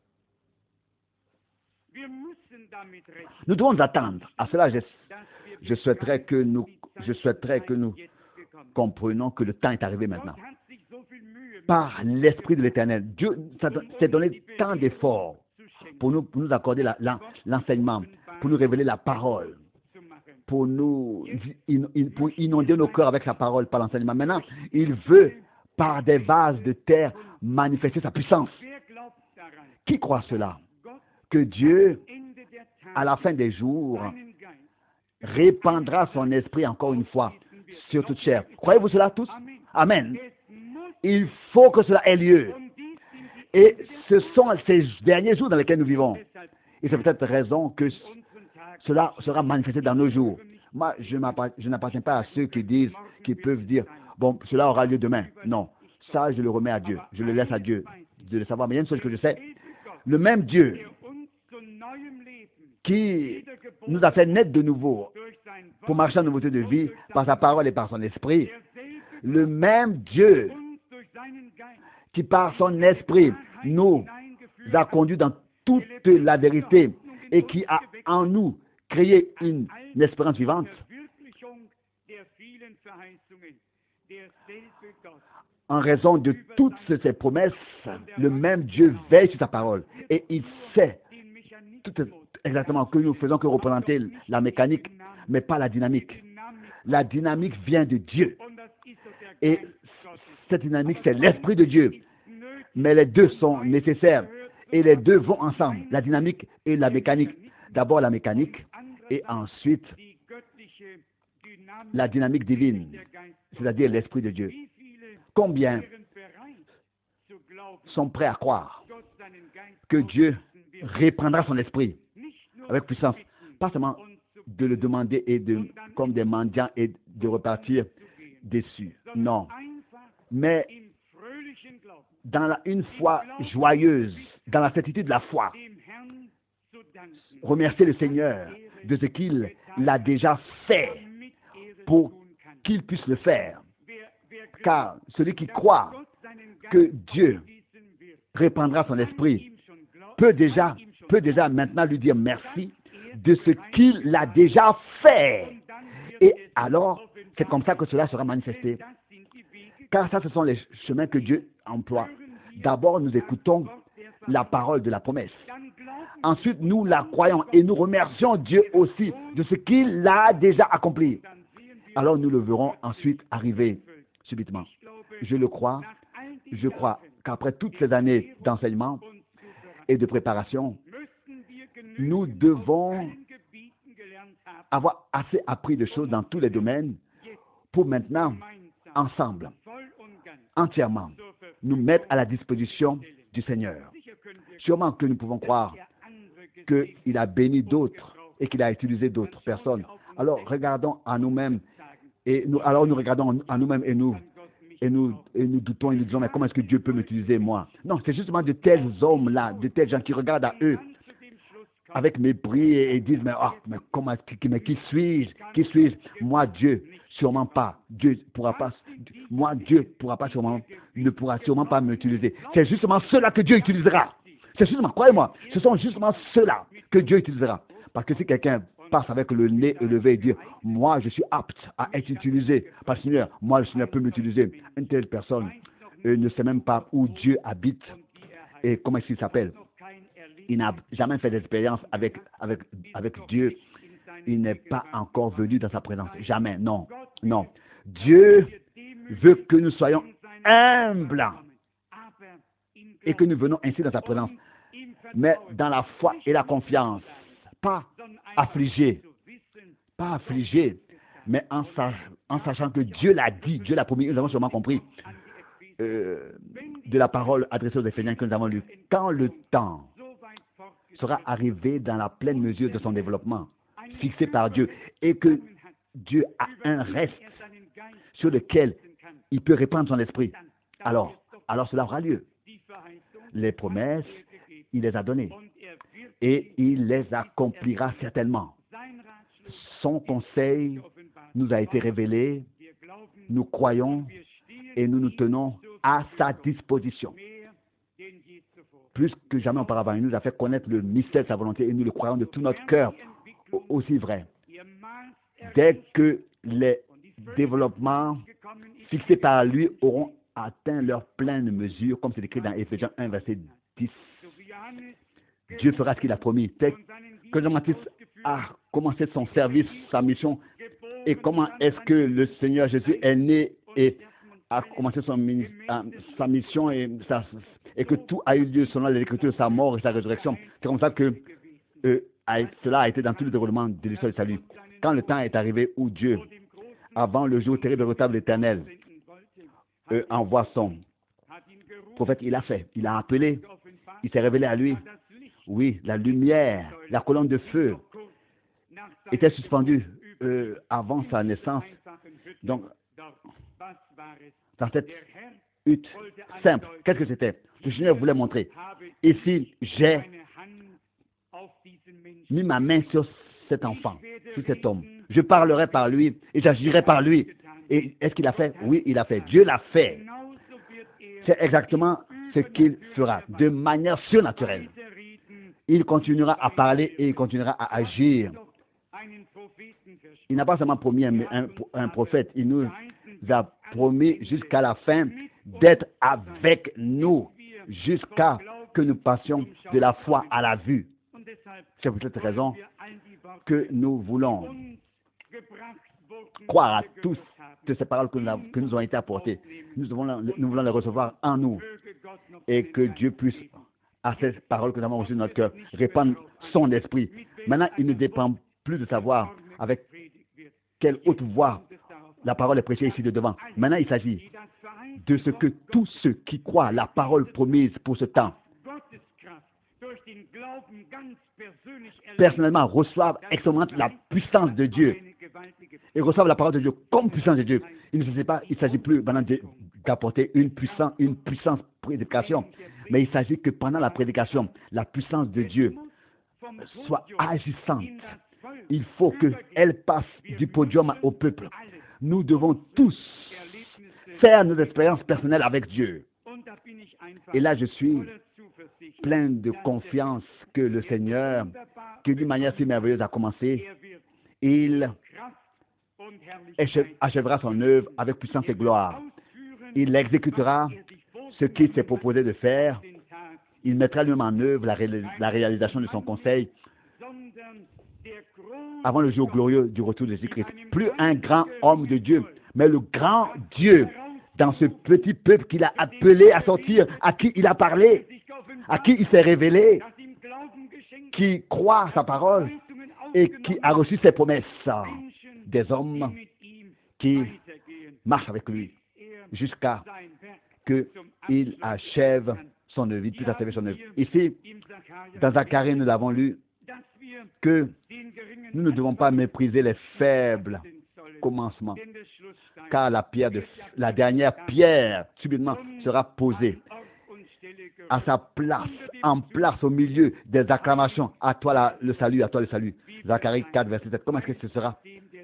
Nous devons attendre. À cela, je, je souhaiterais que nous, je souhaiterais que nous comprenions que le temps est arrivé maintenant. Par l'esprit de l'Éternel, Dieu s'est donné tant d'efforts pour nous, pour nous accorder la, la, l'enseignement, pour nous révéler la parole, pour nous in, in, pour inonder nos cœurs avec sa parole par l'enseignement. Maintenant, il veut, par des vases de terre, manifester sa puissance. Qui croit cela? Que Dieu, à la fin des jours, répandra son esprit encore une fois sur toute chair. Croyez-vous cela tous? Amen. Il faut que cela ait lieu. Et ce sont ces derniers jours dans lesquels nous vivons. Et c'est peut-être raison que cela sera manifesté dans nos jours. Moi, je, je n'appartiens pas à ceux qui disent, qui peuvent dire, bon, cela aura lieu demain. Non, ça, je le remets à Dieu. Je le laisse à Dieu de le savoir. Mais il y a une chose que je sais. Le même Dieu qui nous a fait naître de nouveau pour marcher en nouveauté de vie par sa parole et par son esprit, le même Dieu qui par son esprit nous a conduits dans toute la vérité et qui a en nous créé une, une espérance vivante, en raison de toutes ces promesses, le même Dieu veille sur sa parole et il sait tout exactement que nous faisons que représenter la mécanique, mais pas la dynamique. La dynamique vient de Dieu. Et cette dynamique, c'est l'Esprit de Dieu. Mais les deux sont nécessaires. Et les deux vont ensemble, la dynamique et la mécanique. D'abord la mécanique et ensuite la dynamique divine, c'est-à-dire l'Esprit de Dieu. Combien sont prêts à croire que Dieu reprendra son esprit avec puissance, pas seulement de le demander et de, comme des mendiants et de repartir déçus. Non. Mais dans la, une foi joyeuse, dans la certitude de la foi, remercier le Seigneur de ce qu'il l'a déjà fait pour qu'il puisse le faire. Car celui qui croit que Dieu répandra son esprit peut déjà, peut déjà maintenant lui dire merci de ce qu'il a déjà fait. Et alors, c'est comme ça que cela sera manifesté. car ça, ce sont les chemins que Dieu emploie. D'abord, nous écoutons la parole de la promesse. Ensuite, nous la croyons et nous remercions Dieu aussi de ce qu'il a déjà accompli. Alors, nous le verrons ensuite arriver subitement. Je le crois. Je crois qu'après toutes ces années d'enseignement et de préparation, nous devons avoir assez appris de choses dans tous les domaines pour maintenant, ensemble, entièrement, nous mettre à la disposition du Seigneur. Sûrement que nous pouvons croire qu'il a béni d'autres et qu'il a utilisé d'autres personnes. Alors, regardons à nous-mêmes et nous, alors nous regardons à nous-mêmes et nous, et nous, et nous doutons et nous disons, mais comment est-ce que Dieu peut m'utiliser moi? Non, c'est justement de tels hommes-là, de tels gens qui regardent à eux avec mépris et, et disent, mais, oh, mais, comment, mais qui suis-je? Qui suis-je? Moi, Dieu, sûrement pas. Dieu pourra pas. Moi, Dieu pourra pas sûrement, ne pourra sûrement pas m'utiliser. C'est justement ceux-là que Dieu utilisera. C'est justement, croyez-moi, ce sont justement ceux-là que Dieu utilisera. Parce que si quelqu'un passe avec le nez élevé et dit, moi, je suis apte à être utilisé par le Seigneur, moi, le Seigneur peut m'utiliser. Une telle personne euh, ne sait même pas où Dieu habite et comment est-ce qu'il s'appelle. Il n'a jamais fait d'expérience avec, avec, avec Dieu. Il n'est pas encore venu dans sa présence. Jamais, non, non. Dieu veut que nous soyons humbles et que nous venons ainsi dans sa présence, mais dans la foi et la confiance, pas affligés, pas affligés, mais en, sach, en sachant que Dieu l'a dit, Dieu l'a promis, nous avons sûrement compris euh, de la parole adressée aux Éphésiens que nous avons lue. Quand le temps sera arrivé dans la pleine mesure de son développement, fixé par Dieu, et que Dieu a un reste sur lequel il peut répandre son esprit, alors, alors cela aura lieu. Les promesses, il les a données et il les accomplira certainement. Son conseil nous a été révélé, nous croyons et nous nous tenons à sa disposition. Plus que jamais auparavant, il nous a fait connaître le mystère de sa volonté et nous le croyons de tout notre cœur, aussi vrai. Dès que les développements fixés par lui auront atteint leur pleine mesure, comme c'est écrit dans Éphésiens un, verset dix, Dieu fera ce qu'il a promis. Dès que Jean-Baptiste a commencé son service, sa mission, et comment est-ce que le Seigneur Jésus est né et a commencé son, sa mission et, sa, et que tout a eu lieu selon l'Écriture, sa mort et sa résurrection. C'est comme ça que euh, a, cela a été dans tout le déroulement de l'histoire du salut. Quand le temps est arrivé où Dieu, avant le jour terrible et retable éternel, euh, envoie son prophète, il a fait, il a appelé, il s'est révélé à lui. Oui, la lumière, la colonne de feu était suspendue euh, avant sa naissance. Donc, dans cette hutte simple, qu'est-ce que c'était? Le Seigneur voulait montrer. Ici, j'ai mis ma main sur cet enfant, sur cet homme. Je parlerai par lui et j'agirai par lui. Et est-ce qu'il a fait? Oui, il a fait. Dieu l'a fait. C'est exactement ce qu'il fera, de manière surnaturelle. Il continuera à parler et il continuera à agir. Il n'a pas seulement promis un, un, un prophète, il nous a promis jusqu'à la fin d'être avec nous, jusqu'à que nous passions de la foi à la vue. C'est pour cette raison que nous voulons croire à tous de ces paroles que nous, avons, que nous ont été apportées. Nous, devons, nous voulons les recevoir en nous et que Dieu puisse, à ces paroles que nous avons reçues dans notre cœur, répandre son esprit. Maintenant, il ne dépend plus de savoir avec quelle haute voix la parole est prêchée ici de devant. Maintenant, il s'agit de ce que tous ceux qui croient la parole promise pour ce temps personnellement reçoivent extrêmement la puissance de Dieu et reçoivent la parole de Dieu comme puissance de Dieu. Il ne s'agit pas, il s'agit plus maintenant d'apporter une puissance, une puissance prédication, mais il s'agit que pendant la prédication, la puissance de Dieu soit agissante. Il faut qu'elle passe du podium au peuple. Nous devons tous faire nos expériences personnelles avec Dieu. Et là, je suis plein de confiance que le Seigneur, qui d'une manière si merveilleuse a commencé, il achèvera son œuvre avec puissance et gloire. il exécutera ce qu'il s'est proposé de faire. Il mettra lui-même en œuvre la, ré la réalisation de son conseil avant le jour glorieux du retour de Jésus-Christ. Plus un grand homme de Dieu, mais le grand Dieu dans ce petit peuple qu'il a appelé à sortir, à qui il a parlé, à qui il s'est révélé, qui croit sa parole et qui a reçu ses promesses. Des hommes qui marchent avec lui jusqu'à qu'il achève son œuvre, il puisse achever son œuvre. Ici, dans Zacharie, nous l'avons lu, que nous ne devons pas mépriser les faibles commencements, car la pierre de la dernière pierre subitement sera posée à sa place, en place au milieu des acclamations. À toi la, le salut, à toi le salut. Zacharie quatre, verset sept. Comment est-ce que ce sera?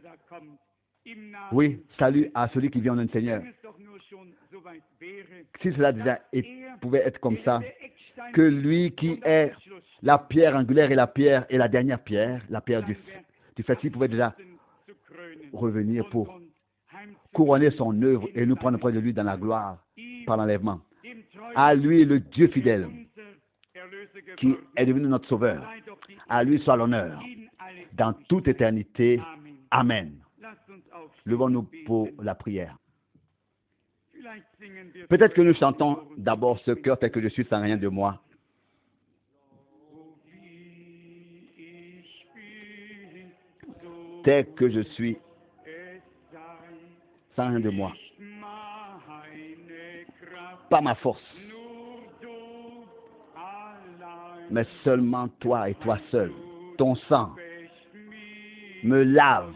Oui, salut à celui qui vient au nom du Seigneur. Si cela déjà est, pouvait être comme ça, que lui qui est la pierre angulaire et la pierre et la dernière pierre, la pierre du, du fait, s'il pouvait déjà revenir pour couronner son œuvre et nous prendre près de lui dans la gloire par l'enlèvement. À lui, le Dieu fidèle, qui est devenu notre sauveur, à lui soit l'honneur dans toute éternité. Amen. Levons-nous pour la prière. Peut-être que nous chantons d'abord ce cœur tel que je suis sans rien de moi. Tel que je suis sans rien de moi. Pas ma force, mais seulement toi et toi seul. Ton sang me lave,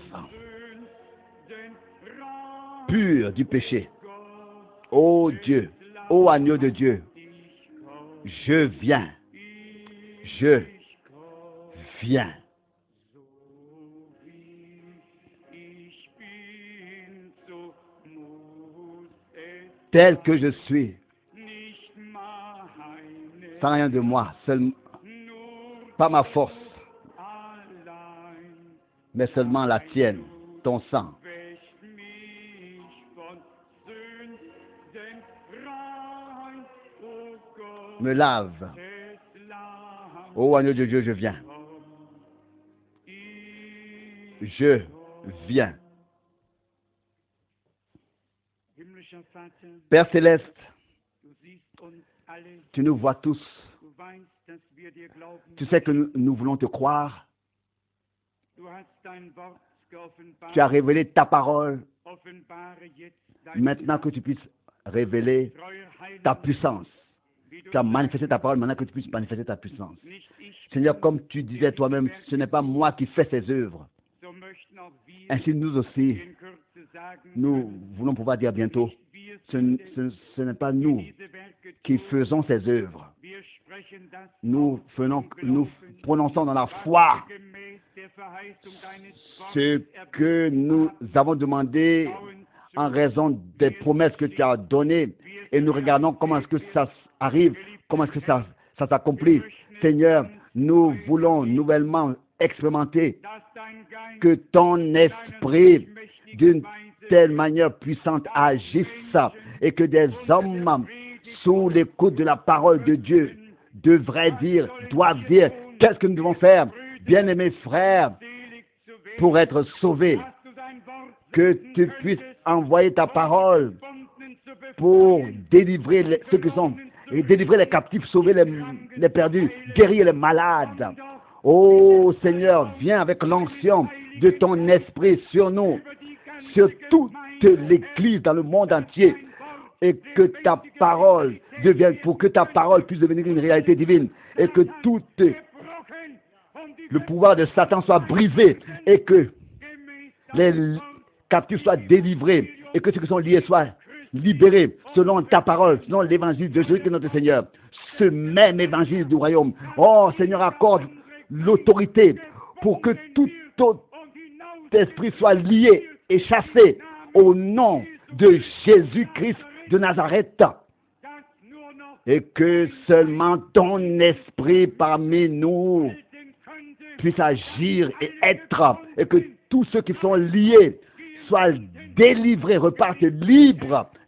pur du péché. Ô Dieu, ô agneau de Dieu, je viens, je viens. Tel que je suis, sans rien de moi, seul, pas ma force, mais seulement la tienne, ton sang. Me lave. Ô agneau de Dieu, je viens. Je viens. Père Céleste, tu nous vois tous. Tu sais que nous, nous voulons te croire. Tu as révélé ta parole. Maintenant que tu puisses révéler ta puissance. Tu as manifesté ta parole, maintenant que tu puisses manifester ta puissance. Seigneur, comme tu disais toi-même, ce n'est pas moi qui fais ces œuvres. Ainsi, nous aussi, nous voulons pouvoir dire bientôt, ce, ce, ce n'est pas nous qui faisons ces œuvres. Nous, faisons, nous prononçons dans la foi ce que nous avons demandé en raison des promesses que tu as données et nous regardons comment est-ce que ça arrive, comment est-ce que ça, ça s'accomplit. Seigneur, nous voulons nouvellement expérimenter que ton esprit d'une telle manière puissante agisse et que des hommes sous l'écoute de la parole de Dieu devraient dire, doivent dire, qu'est-ce que nous devons faire, bien-aimés frères, pour être sauvés, que tu puisses envoyer ta parole pour délivrer les, ceux qui sont, et délivrer les captifs, sauver les, les perdus, guérir les malades. Oh Seigneur, viens avec l'onction de ton esprit sur nous, sur toute l'Église dans le monde entier, et que ta parole devienne, pour que ta parole puisse devenir une réalité divine, et que tout le pouvoir de Satan soit brisé, et que les captifs soient délivrés, et que ceux qui sont liés soient libérés selon ta parole, selon l'évangile de Jésus notre Seigneur, ce même évangile du royaume. Oh Seigneur, accorde l'autorité pour que tout autre esprit soit lié et chassé au nom de Jésus-Christ de Nazareth, et que seulement ton esprit parmi nous puisse agir et être, et que tous ceux qui sont liés soient délivrés, repartent libres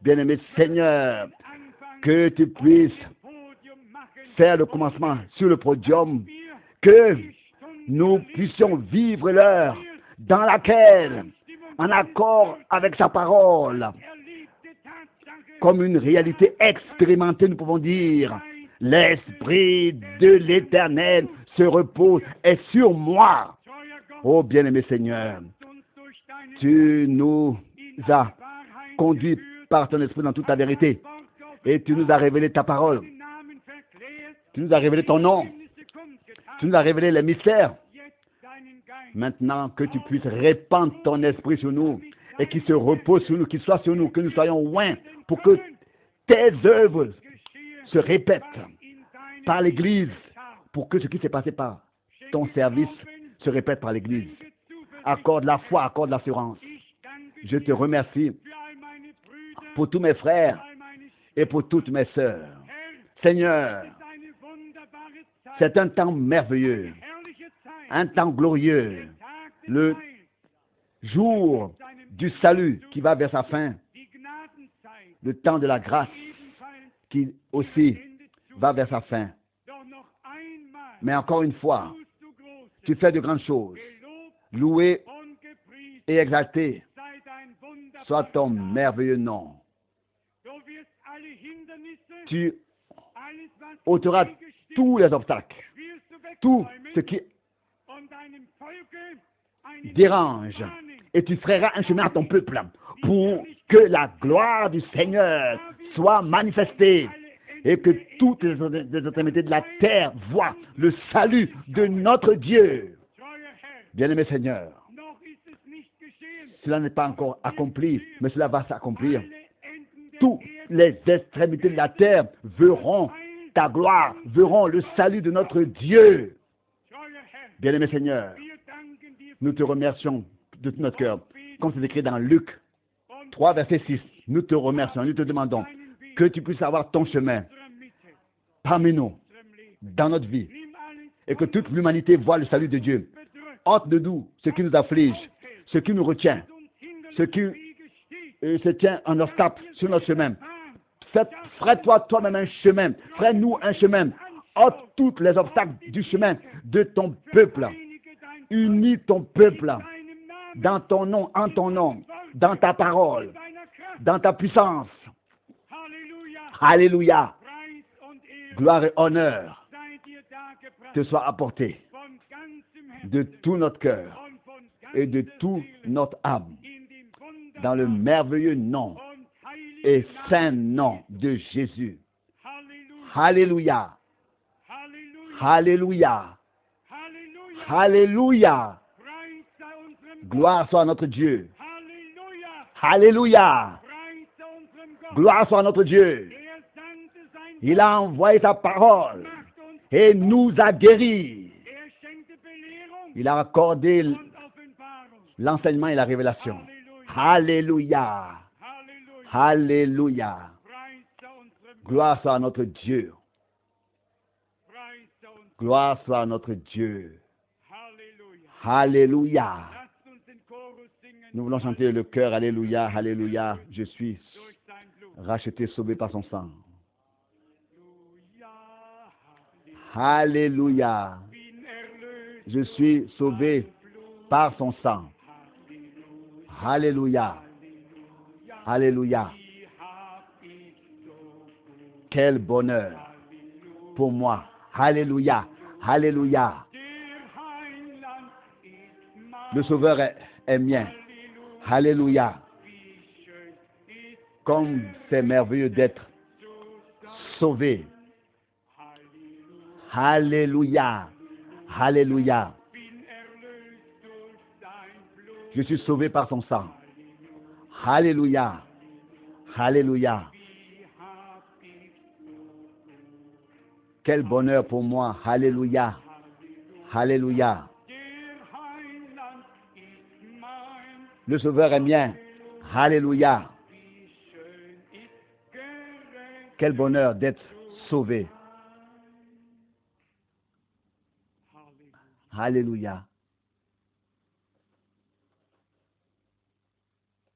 Bien-aimé Seigneur, que tu puisses faire le commencement sur le podium, que nous puissions vivre l'heure dans laquelle, en accord avec sa parole, comme une réalité expérimentée, nous pouvons dire, l'Esprit de l'Éternel se repose est sur moi. Oh bien-aimé Seigneur, tu nous as conduits par ton Esprit dans toute la vérité et tu nous as révélé ta parole. Tu nous as révélé ton nom. Tu nous as révélé les mystères. Maintenant que tu puisses répandre ton esprit sur nous et qu'il se repose sur nous, qu'il soit sur nous, que nous soyons loin pour que tes œuvres se répètent par l'Église, pour que ce qui s'est passé par ton service se répète par l'Église. Accorde la foi, accorde l'assurance. Je te remercie pour tous mes frères et pour toutes mes sœurs. Seigneur, c'est un temps merveilleux, un temps glorieux, le jour du salut qui va vers sa fin, le temps de la grâce qui aussi va vers sa fin. Mais encore une fois, tu fais de grandes choses. Loué et exalté soit ton merveilleux nom. Tu ôteras tous les obstacles, tout ce qui dérange, et tu feras un chemin à ton peuple pour que la gloire du Seigneur soit manifestée et que toutes les extrémités de la terre voient le salut de notre Dieu. Bien-aimé Seigneur, cela n'est pas encore accompli, mais cela va s'accomplir. Toutes les extrémités de la terre verront ta gloire, verront le salut de notre Dieu. Bien-aimé Seigneur, nous te remercions de tout notre cœur. Comme c'est écrit dans Luc trois, verset six, nous te remercions, nous te demandons que tu puisses avoir ton chemin parmi nous, dans notre vie, et que toute l'humanité voit le salut de Dieu. Ôte de nous ce qui nous afflige, ce qui nous retient, ce qui euh, se tient en obstacle sur notre chemin. Ferai-toi toi-même un chemin, ferai-nous un chemin. Ôte tous les obstacles du chemin de ton peuple. Unis ton peuple dans ton nom, en ton nom, dans ta parole, dans ta puissance. Alléluia. Gloire et honneur te soient apportés de tout notre cœur et de tout notre âme dans le merveilleux nom et saint nom de Jésus. Alléluia. Alléluia. Alléluia. Gloire soit à notre Dieu. Alléluia. Gloire soit à notre Dieu. Il a envoyé sa parole et nous a guéris. Il a accordé l'enseignement et la révélation. Alléluia. Alléluia. Gloire soit à notre Dieu. Gloire soit à notre Dieu. Alléluia. Nous voulons chanter le cœur. Alléluia. Alléluia. Je suis racheté, sauvé par son sang. Alléluia. Je suis sauvé par son sang. Alléluia. Alléluia. Quel bonheur pour moi. Alléluia. Alléluia. Le Sauveur est, est mien. Alléluia. Comme c'est merveilleux d'être sauvé. Alléluia. Alléluia. Je suis sauvé par son sang. Alléluia. Alléluia. Quel bonheur pour moi. Alléluia. Alléluia. Le Sauveur est mien. Alléluia. Quel bonheur d'être sauvé. Alléluia.